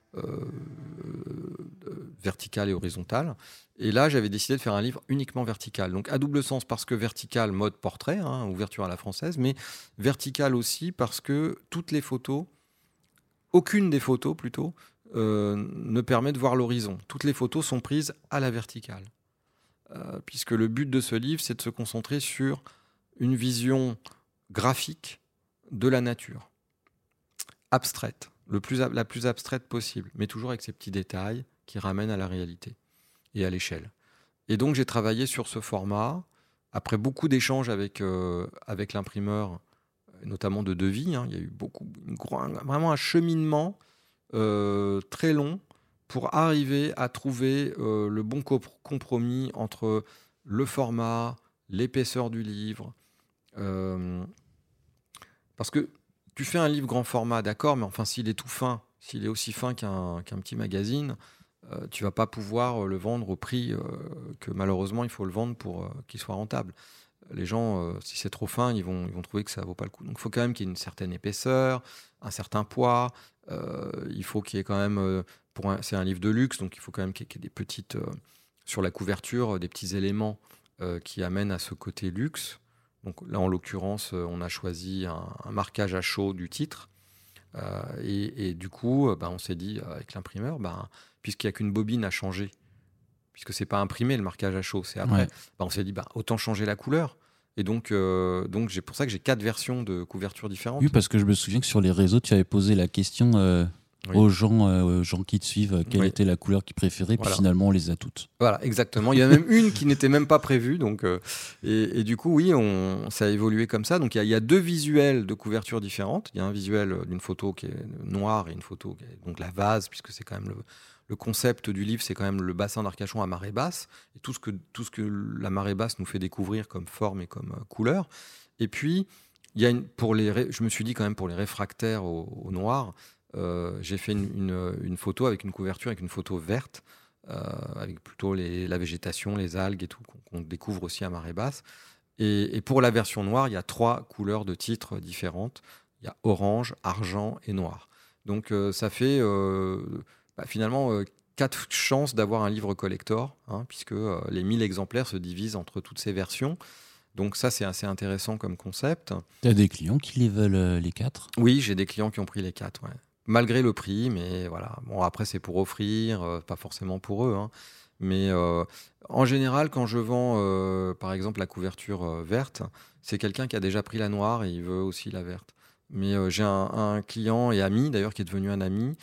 verticales et horizontales. Et là, j'avais décidé de faire un livre uniquement vertical. Donc à double sens, parce que vertical, mode portrait, ouverture à la française, mais vertical aussi parce que toutes les photos, aucune des photos plutôt, ne permet de voir l'horizon. Toutes les photos sont prises à la verticale. Puisque le but de ce livre, c'est de se concentrer sur une vision graphique de la nature, abstraite, la plus abstraite possible, mais toujours avec ces petits détails qui ramènent à la réalité et à l'échelle. Et donc j'ai travaillé sur ce format, après beaucoup d'échanges avec l'imprimeur, notamment de devis. Il y a eu vraiment un cheminement très long pour arriver à trouver le bon compromis entre le format, l'épaisseur du livre. Parce que tu fais un livre grand format, d'accord, mais enfin, s'il est tout fin, s'il est aussi fin qu'un petit magazine, tu vas pas pouvoir le vendre au prix que malheureusement il faut le vendre pour qu'il soit rentable. Les gens, si c'est trop fin, ils vont trouver que ça vaut pas le coup. Donc il faut quand même qu'il y ait une certaine épaisseur, un certain poids. Il faut qu'il y ait quand même, c'est un livre de luxe, donc il faut quand même qu'il y ait des petites, sur la couverture, des petits éléments qui amènent à ce côté luxe. Donc là, en l'occurrence, on a choisi un marquage à chaud du titre. Et du coup, on s'est dit, avec l'imprimeur, puisqu'il n'y a qu'une bobine à changer, puisque ce n'est pas imprimé le marquage à chaud, c'est après, on s'est dit, autant changer la couleur. Et donc c'est pour ça que j'ai 4 versions de couverture différentes. Oui, parce que je me souviens que sur les réseaux, tu avais posé la question aux gens qui te suivent, quelle était la couleur qu'ils préféraient, puis finalement on les a toutes. Voilà, exactement. Il y en a même une qui n'était même pas prévue. Donc, et du coup, oui, ça a évolué comme ça. Donc il y a 2 visuels de couverture différentes. Il y a un visuel d'une photo qui est noire et une photo qui est donc la vase, puisque c'est quand même le concept du livre, c'est quand même le bassin d'Arcachon à marée basse, et tout ce que la marée basse nous fait découvrir comme forme et comme couleur. Et puis, il y a je me suis dit quand même pour les réfractaires au noir, j'ai fait une photo avec une couverture, avec une photo verte, avec plutôt la végétation, les algues et tout, qu'on découvre aussi à marée basse. Et pour la version noire, il y a 3 couleurs de titres différentes. Il y a orange, argent et noir. Donc ça fait finalement 4 chances d'avoir un livre collector, puisque les 1000 exemplaires se divisent entre toutes ces versions. Donc ça, c'est assez intéressant comme concept. Tu as des clients qui les veulent les 4 ? Oui, j'ai des clients qui ont pris les 4, ouais. Malgré le prix, mais voilà. Bon, après, c'est pour offrir, pas forcément pour eux. Mais en général, quand je vends, par exemple, la couverture verte, c'est quelqu'un qui a déjà pris la noire et il veut aussi la verte. Mais j'ai un client et ami, d'ailleurs, qui est devenu un ami,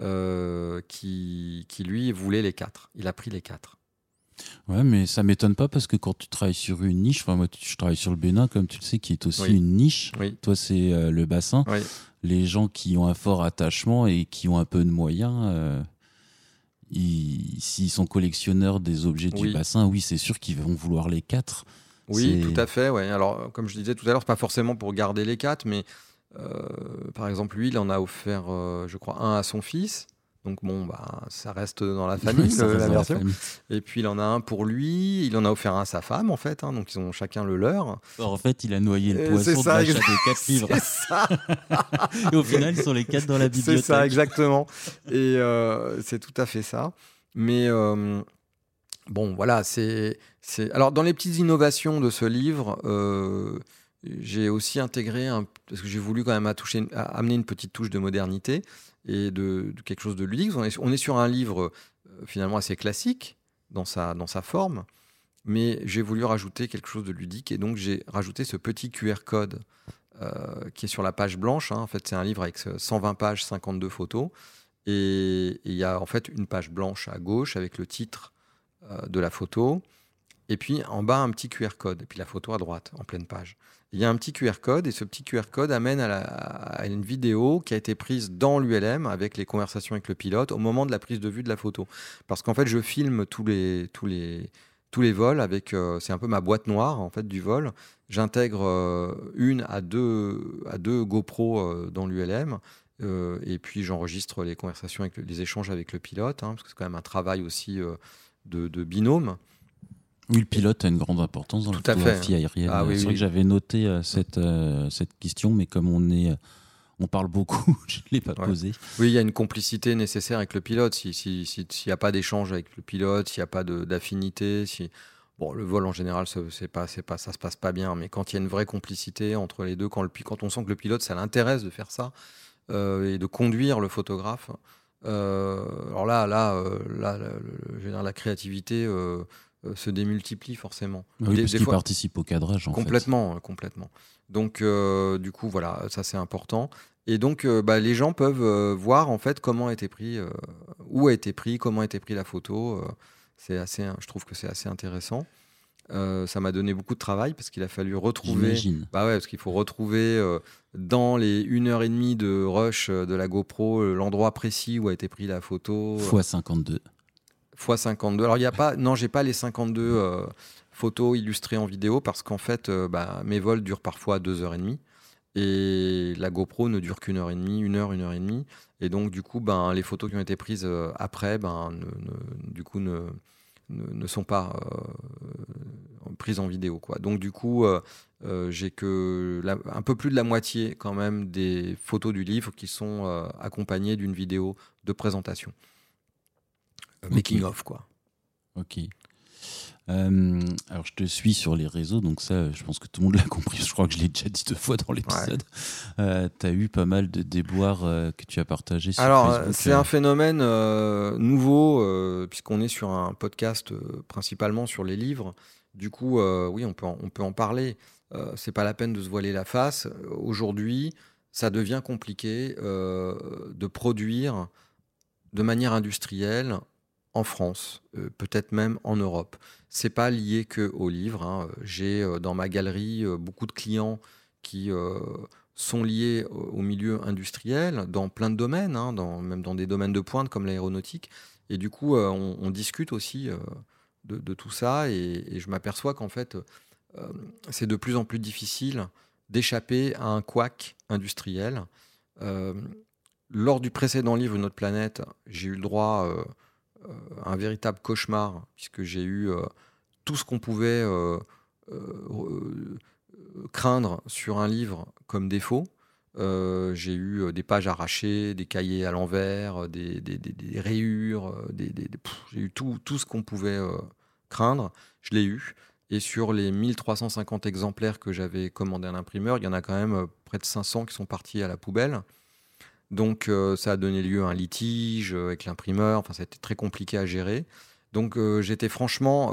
qui lui, voulait les 4. Il a pris les 4. Ouais, mais ça m'étonne pas parce que quand tu travailles sur une niche, moi je travaille sur le Bénin, comme tu le sais, qui est aussi une niche. Oui. Toi, c'est le bassin. Oui. Les gens qui ont un fort attachement et qui ont un peu de moyens, s'ils sont collectionneurs des objets du bassin, oui, c'est sûr qu'ils vont vouloir les 4. Oui, tout à fait. Ouais. Alors, comme je disais tout à l'heure, c'est pas forcément pour garder les 4, mais par exemple, lui, il en a offert, je crois, un à son fils. Donc bon, ça reste dans la famille, la version. Et puis il en a un pour lui, il en a offert un à sa femme en fait, donc ils ont chacun le leur. Alors, en fait, il a noyé le poisson de l'achat des 4 livres. C'est ça. Et au final, ils sont les 4 dans la bibliothèque. C'est ça, exactement. Et c'est tout à fait ça. Mais bon, voilà, alors dans les petites innovations de ce livre, j'ai aussi intégré parce que j'ai voulu quand même amener une petite touche de modernité et de quelque chose de ludique. On est sur un livre finalement assez classique dans sa forme, mais j'ai voulu rajouter quelque chose de ludique et donc j'ai rajouté ce petit QR code qui est sur la page blanche. En fait, c'est un livre avec 120 pages, 52 photos, et il y a en fait une page blanche à gauche avec le titre de la photo, et puis en bas un petit QR code, et puis la photo à droite, en pleine page. Il y a un petit QR code, et ce petit QR code amène à une vidéo qui a été prise dans l'ULM avec les conversations avec le pilote au moment de la prise de vue de la photo. Parce qu'en fait, je filme tous les vols avec, c'est un peu ma boîte noire en fait du vol. J'intègre une à deux GoPro dans l'ULM. Et puis j'enregistre les conversations, les échanges avec le pilote, parce que c'est quand même un travail aussi de binôme. Oui, le pilote a une grande importance dans la photographie aérienne. C'est vrai que j'avais noté cette question, mais comme on parle beaucoup, je ne l'ai pas posée. Oui, il y a une complicité nécessaire avec le pilote. S'il n'y a pas d'échange avec le pilote, s'il n'y a pas d'affinité, bon, le vol en général, ça se passe pas bien, mais quand il y a une vraie complicité entre les deux, quand on sent que le pilote, ça l'intéresse de faire ça, et de conduire le photographe. Alors je veux dire, la créativité se démultiplie forcément. Oui, parce qu'il participe au cadrage complètement. Donc du coup voilà, ça c'est important. Et donc les gens peuvent voir en fait comment a été pris, où a été pris, comment a été pris la photo. Je trouve que c'est assez intéressant. Ça m'a donné beaucoup de travail parce qu'il a fallu retrouver. J'imagine. Parce qu'il faut retrouver dans les 1h30 de rush de la GoPro l'endroit précis où a été pris la photo. x52. x52. Alors j'ai pas les 52 photos illustrées en vidéo parce qu'en fait mes vols durent parfois 2h30 et la GoPro ne dure qu'1h30, 1h30. Et donc du coup les photos qui ont été prises après ne sont pas prises en vidéo, quoi. Donc du coup, j'ai un peu plus de la moitié quand même des photos du livre qui sont accompagnées d'une vidéo de présentation. Making of, quoi. Ok. Alors je te suis sur les réseaux, donc ça je pense que tout le monde l'a compris, je crois que je l'ai déjà dit 2 fois dans l'épisode. Tu as eu pas mal de déboires que tu as partagés sur Facebook. C'est un phénomène nouveau, puisqu'on est sur un podcast principalement sur les livres. Du coup, oui, on peut en parler. C'est pas la peine de se voiler la face. Aujourd'hui, ça devient compliqué de produire de manière industrielle en France, peut-être même en Europe. C'est pas lié que aux livres. J'ai dans ma galerie beaucoup de clients qui sont liés au milieu industriel dans plein de domaines, même dans des domaines de pointe comme l'aéronautique. Et du coup, on discute aussi de tout ça. Et je m'aperçois qu'en fait, c'est de plus en plus difficile d'échapper à un couac industriel. Lors du précédent livre Une autre planète, j'ai eu le droit à un véritable cauchemar, puisque j'ai eu tout ce qu'on pouvait craindre sur un livre comme défaut. J'ai eu des pages arrachées, des cahiers à l'envers, des rayures, j'ai eu tout ce qu'on pouvait craindre, je l'ai eu. Et sur les 1350 exemplaires que j'avais commandés à l'imprimeur, il y en a quand même près de 500 qui sont partis à la poubelle. Donc ça a donné lieu à un litige avec l'imprimeur, enfin ça a été très compliqué à gérer. Donc j'étais franchement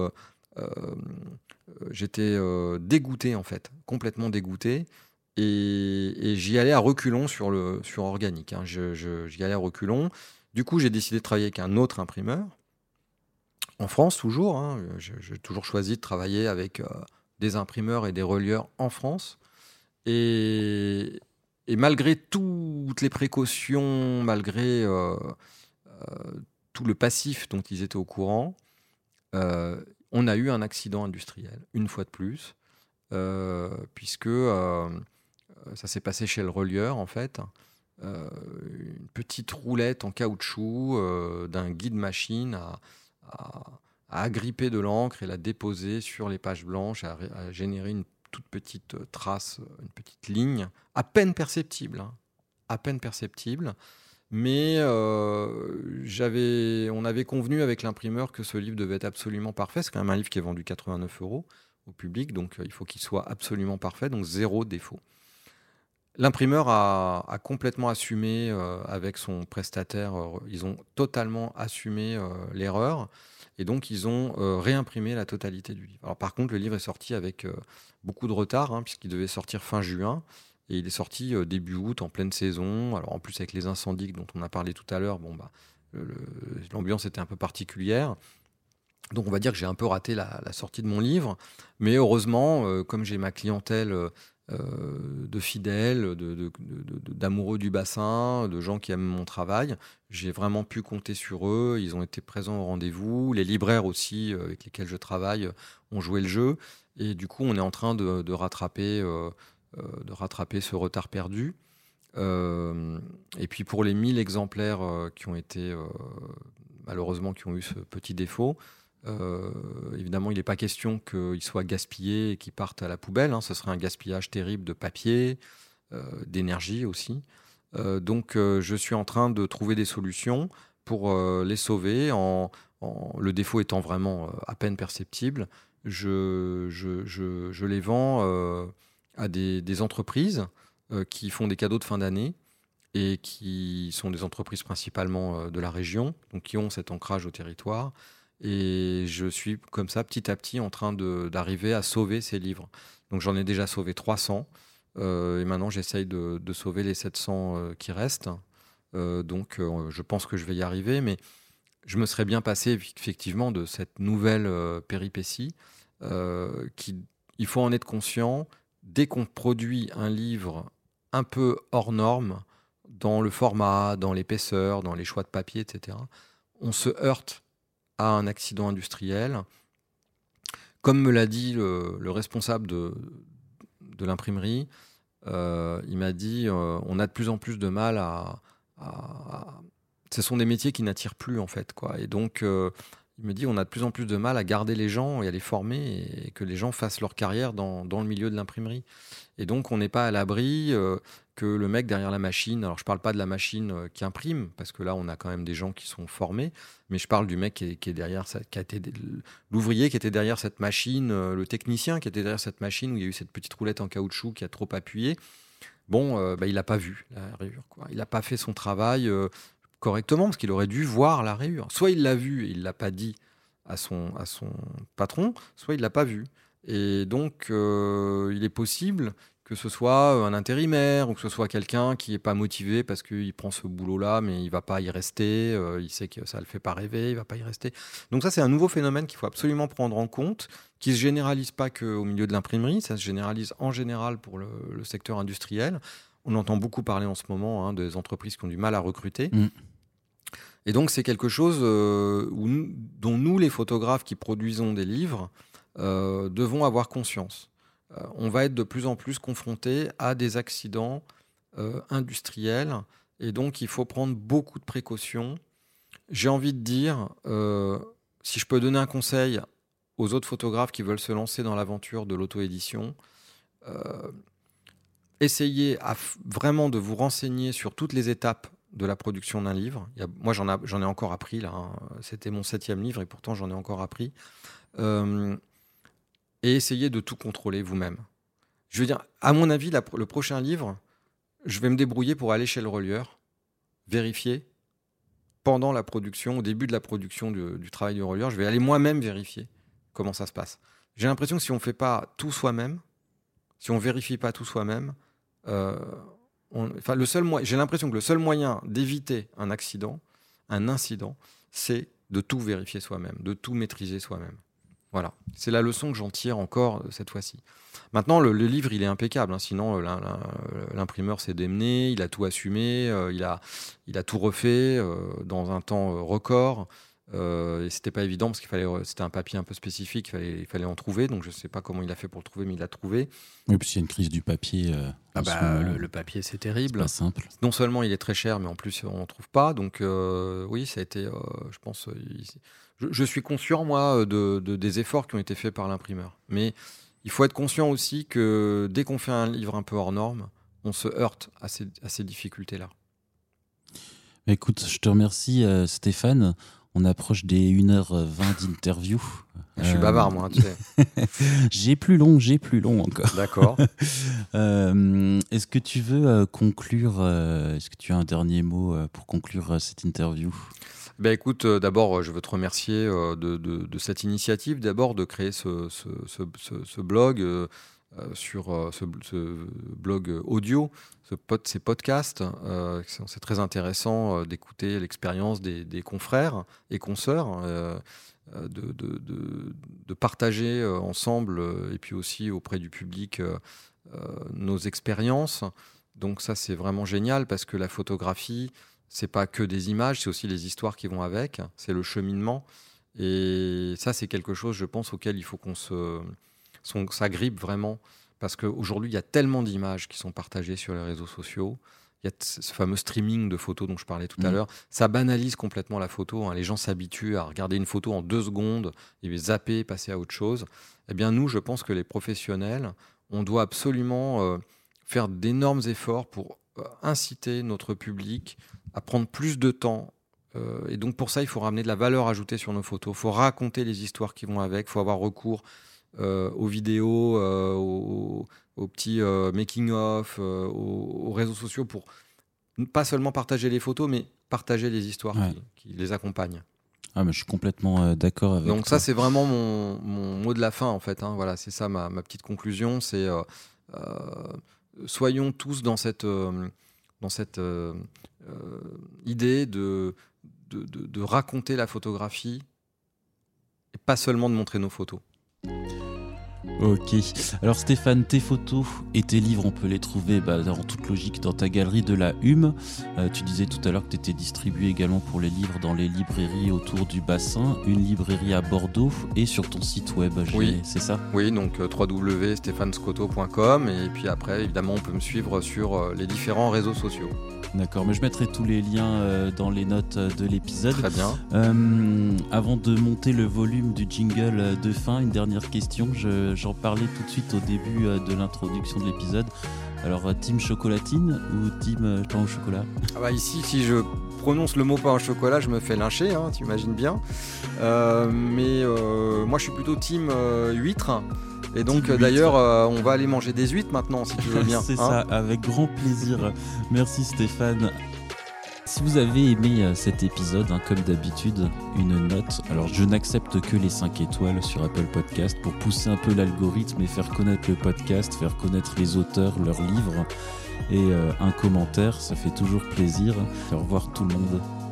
dégoûté en fait, complètement dégoûté. Et j'y allais à reculons sur organique. J'y allais à reculons. Du coup, j'ai décidé de travailler avec un autre imprimeur. En France, toujours. J'ai toujours choisi de travailler avec des imprimeurs et des relieurs en France. Et malgré toutes les précautions, malgré tout le passif dont ils étaient au courant, on a eu un accident industriel, une fois de plus, puisque ça s'est passé chez le relieur, en fait. Une petite roulette en caoutchouc d'un guide machine a agrippé de l'encre et l'a déposée sur les pages blanches, a généré une toute petite trace, une petite ligne, à peine perceptible, mais on avait convenu avec l'imprimeur que ce livre devait être absolument parfait. C'est quand même un livre qui est vendu 89 € au public, donc il faut qu'il soit absolument parfait, donc 0 défaut. L'imprimeur a complètement assumé avec son prestataire, ils ont totalement assumé l'erreur. Et donc, ils ont réimprimé la totalité du livre. Alors, par contre, le livre est sorti avec beaucoup de retard, puisqu'il devait sortir fin juin. Et il est sorti début août, en pleine saison. Alors, en plus, avec les incendies dont on a parlé tout à l'heure, l'ambiance était un peu particulière. Donc on va dire que j'ai un peu raté la sortie de mon livre, mais heureusement, comme j'ai ma clientèle de fidèles, d'amoureux du bassin, de gens qui aiment mon travail, j'ai vraiment pu compter sur eux. Ils ont été présents au rendez-vous. Les libraires aussi, avec lesquels je travaille, ont joué le jeu. Et du coup, on est en train de rattraper ce retard perdu. Et puis pour les 1000 exemplaires qui ont été malheureusement qui ont eu ce petit défaut, évidemment il n'est pas question qu'ils soient gaspillés et qu'ils partent à la poubelle, hein. Ce serait un gaspillage terrible de papier, d'énergie aussi. Donc je suis en train de trouver des solutions pour les sauver, le défaut étant vraiment à peine perceptible. Je les vends à des entreprises qui font des cadeaux de fin d'année et qui sont des entreprises principalement de la région, donc qui ont cet ancrage au territoire. Et je suis comme ça, petit à petit, en train d'arriver à sauver ces livres. Donc j'en ai déjà sauvé 300, et maintenant j'essaye de sauver les 700 qui restent. Donc je pense que je vais y arriver, mais je me serais bien passé effectivement de cette nouvelle péripétie. Il faut en être conscient, dès qu'on produit un livre un peu hors norme, dans le format, dans l'épaisseur, dans les choix de papier, etc., on se heurte à un accident industriel. Comme me l'a dit le responsable de l'imprimerie, il m'a dit on a de plus en plus de mal ce sont des métiers qui n'attirent plus, en fait, quoi. Et donc, il me dit on a de plus en plus de mal à garder les gens et à les former et que les gens fassent leur carrière dans le milieu de l'imprimerie. Et donc, on n'est pas à l'abri que le mec derrière la machine, alors je ne parle pas de la machine qui imprime, parce que là, on a quand même des gens qui sont formés, mais je parle du mec qui est derrière, l'ouvrier qui était derrière cette machine, le technicien qui était derrière cette machine où il y a eu cette petite roulette en caoutchouc qui a trop appuyé. Bon, il n'a pas vu la rayure, quoi. Il n'a pas fait son travail correctement, parce qu'il aurait dû voir la rayure. Soit il l'a vu et il ne l'a pas dit à son patron, soit il ne l'a pas vu. Et donc, il est possible que ce soit un intérimaire ou que ce soit quelqu'un qui n'est pas motivé parce qu'il prend ce boulot-là, mais il ne va pas y rester, il sait que ça ne le fait pas rêver, il ne va pas y rester. Donc ça, c'est un nouveau phénomène qu'il faut absolument prendre en compte, qui ne se généralise pas qu'au milieu de l'imprimerie, ça se généralise en général pour le secteur industriel. On entend beaucoup parler en ce moment des entreprises qui ont du mal à recruter. Et donc, c'est quelque chose dont nous, les photographes qui produisons des livres, devons avoir conscience. On va être de plus en plus confrontés à des accidents industriels, et donc il faut prendre beaucoup de précautions. J'ai envie de dire, si je peux donner un conseil aux autres photographes qui veulent se lancer dans l'aventure de l'auto-édition, essayez vraiment de vous renseigner sur toutes les étapes de la production d'un livre. Moi, j'en ai encore appris, là. C'était mon 7e livre, et pourtant, j'en ai encore appris. Et essayez de tout contrôler vous-même. Je veux dire, à mon avis, le prochain livre, je vais me débrouiller pour aller chez le relieur, vérifier, pendant la production, au début de la production du travail du relieur, je vais aller moi-même vérifier comment ça se passe. J'ai l'impression que si on ne fait pas tout soi-même, si on ne vérifie pas tout soi-même, j'ai l'impression que le seul moyen d'éviter un accident, un incident, c'est de tout vérifier soi-même, de tout maîtriser soi-même. Voilà, c'est la leçon que j'en tire encore cette fois-ci. Maintenant, le livre, il est impeccable, sinon l'imprimeur s'est démené, il a tout assumé, il a tout refait dans un temps record. Et c'était pas évident parce c'était un papier un peu spécifique, il fallait en trouver, donc je sais pas comment il a fait pour le trouver, mais il l'a trouvé. Oui, puis il y a une crise du papier. Le papier, c'est terrible. C'est pas simple. Non seulement il est très cher, mais en plus on en trouve pas. Donc oui, ça a été, je pense, je suis conscient moi des efforts qui ont été faits par l'imprimeur. Mais il faut être conscient aussi que dès qu'on fait un livre un peu hors norme, on se heurte à ces difficultés-là. Écoute, je te remercie Stéphane. On approche des 1h20 d'interview. Je suis bavard, moi, tu sais. J'ai plus long encore. D'accord. Est-ce que tu veux conclure est-ce que tu as un dernier mot pour conclure cette interview ? Écoute, d'abord, je veux te remercier de cette initiative, d'abord de créer ce blog. sur ce blog audio, ces podcasts. C'est très intéressant d'écouter l'expérience des confrères et consoeurs, de partager ensemble et puis aussi auprès du public nos expériences. Donc ça, c'est vraiment génial parce que la photographie, c'est pas que des images, c'est aussi les histoires qui vont avec, c'est le cheminement. Et ça, c'est quelque chose, je pense, auquel il faut qu'on s'agrippe vraiment. Parce qu'aujourd'hui, il y a tellement d'images qui sont partagées sur les réseaux sociaux. Il y a ce fameux streaming de photos dont je parlais tout à l'heure. Ça banalise complètement la photo. Les gens s'habituent à regarder une photo en 2 secondes, et zapper, passer à autre chose. Eh bien, nous, je pense que les professionnels, on doit absolument faire d'énormes efforts pour inciter notre public à prendre plus de temps. Et donc, pour ça, il faut ramener de la valeur ajoutée sur nos photos. Il faut raconter les histoires qui vont avec. Il faut avoir recours aux vidéos, aux petits making-of, aux réseaux sociaux pour pas seulement partager les photos, mais partager les histoires qui les accompagnent. Ah, mais je suis complètement d'accord avec Donc toi. ça, c'est vraiment mon mot de la fin, en fait. Voilà, c'est ça ma petite conclusion. C'est soyons tous dans cette idée de raconter la photographie et pas seulement de montrer nos photos. Ok. Alors Stéphane, tes photos et tes livres, on peut les trouver en toute logique dans ta galerie de la Hume. Tu disais tout à l'heure que tu étais distribué également pour les livres dans les librairies autour du bassin, une librairie à Bordeaux et sur ton site web. Oui, c'est ça ? Oui, donc www.stéphanescoto.com et puis après, évidemment, on peut me suivre sur les différents réseaux sociaux. D'accord, mais je mettrai tous les liens dans les notes de l'épisode. Très bien. Avant de monter le volume du jingle de fin, une dernière question. J'en parlais tout de suite au début de l'introduction de l'épisode. Alors, team chocolatine ou team pain au chocolat ? Ici, si je prononce le mot pain au chocolat, je me fais lyncher, tu imagines bien. Mais moi, je suis plutôt team huître. Et donc d'ailleurs, on va aller manger des huîtres maintenant, si tu veux bien. C'est ça, avec grand plaisir. Merci Stéphane. Si vous avez aimé cet épisode, comme d'habitude, une note. Alors je n'accepte que les 5 étoiles sur Apple Podcast pour pousser un peu l'algorithme et faire connaître le podcast, faire connaître les auteurs, leurs livres. Et un commentaire, ça fait toujours plaisir. Au revoir tout le monde.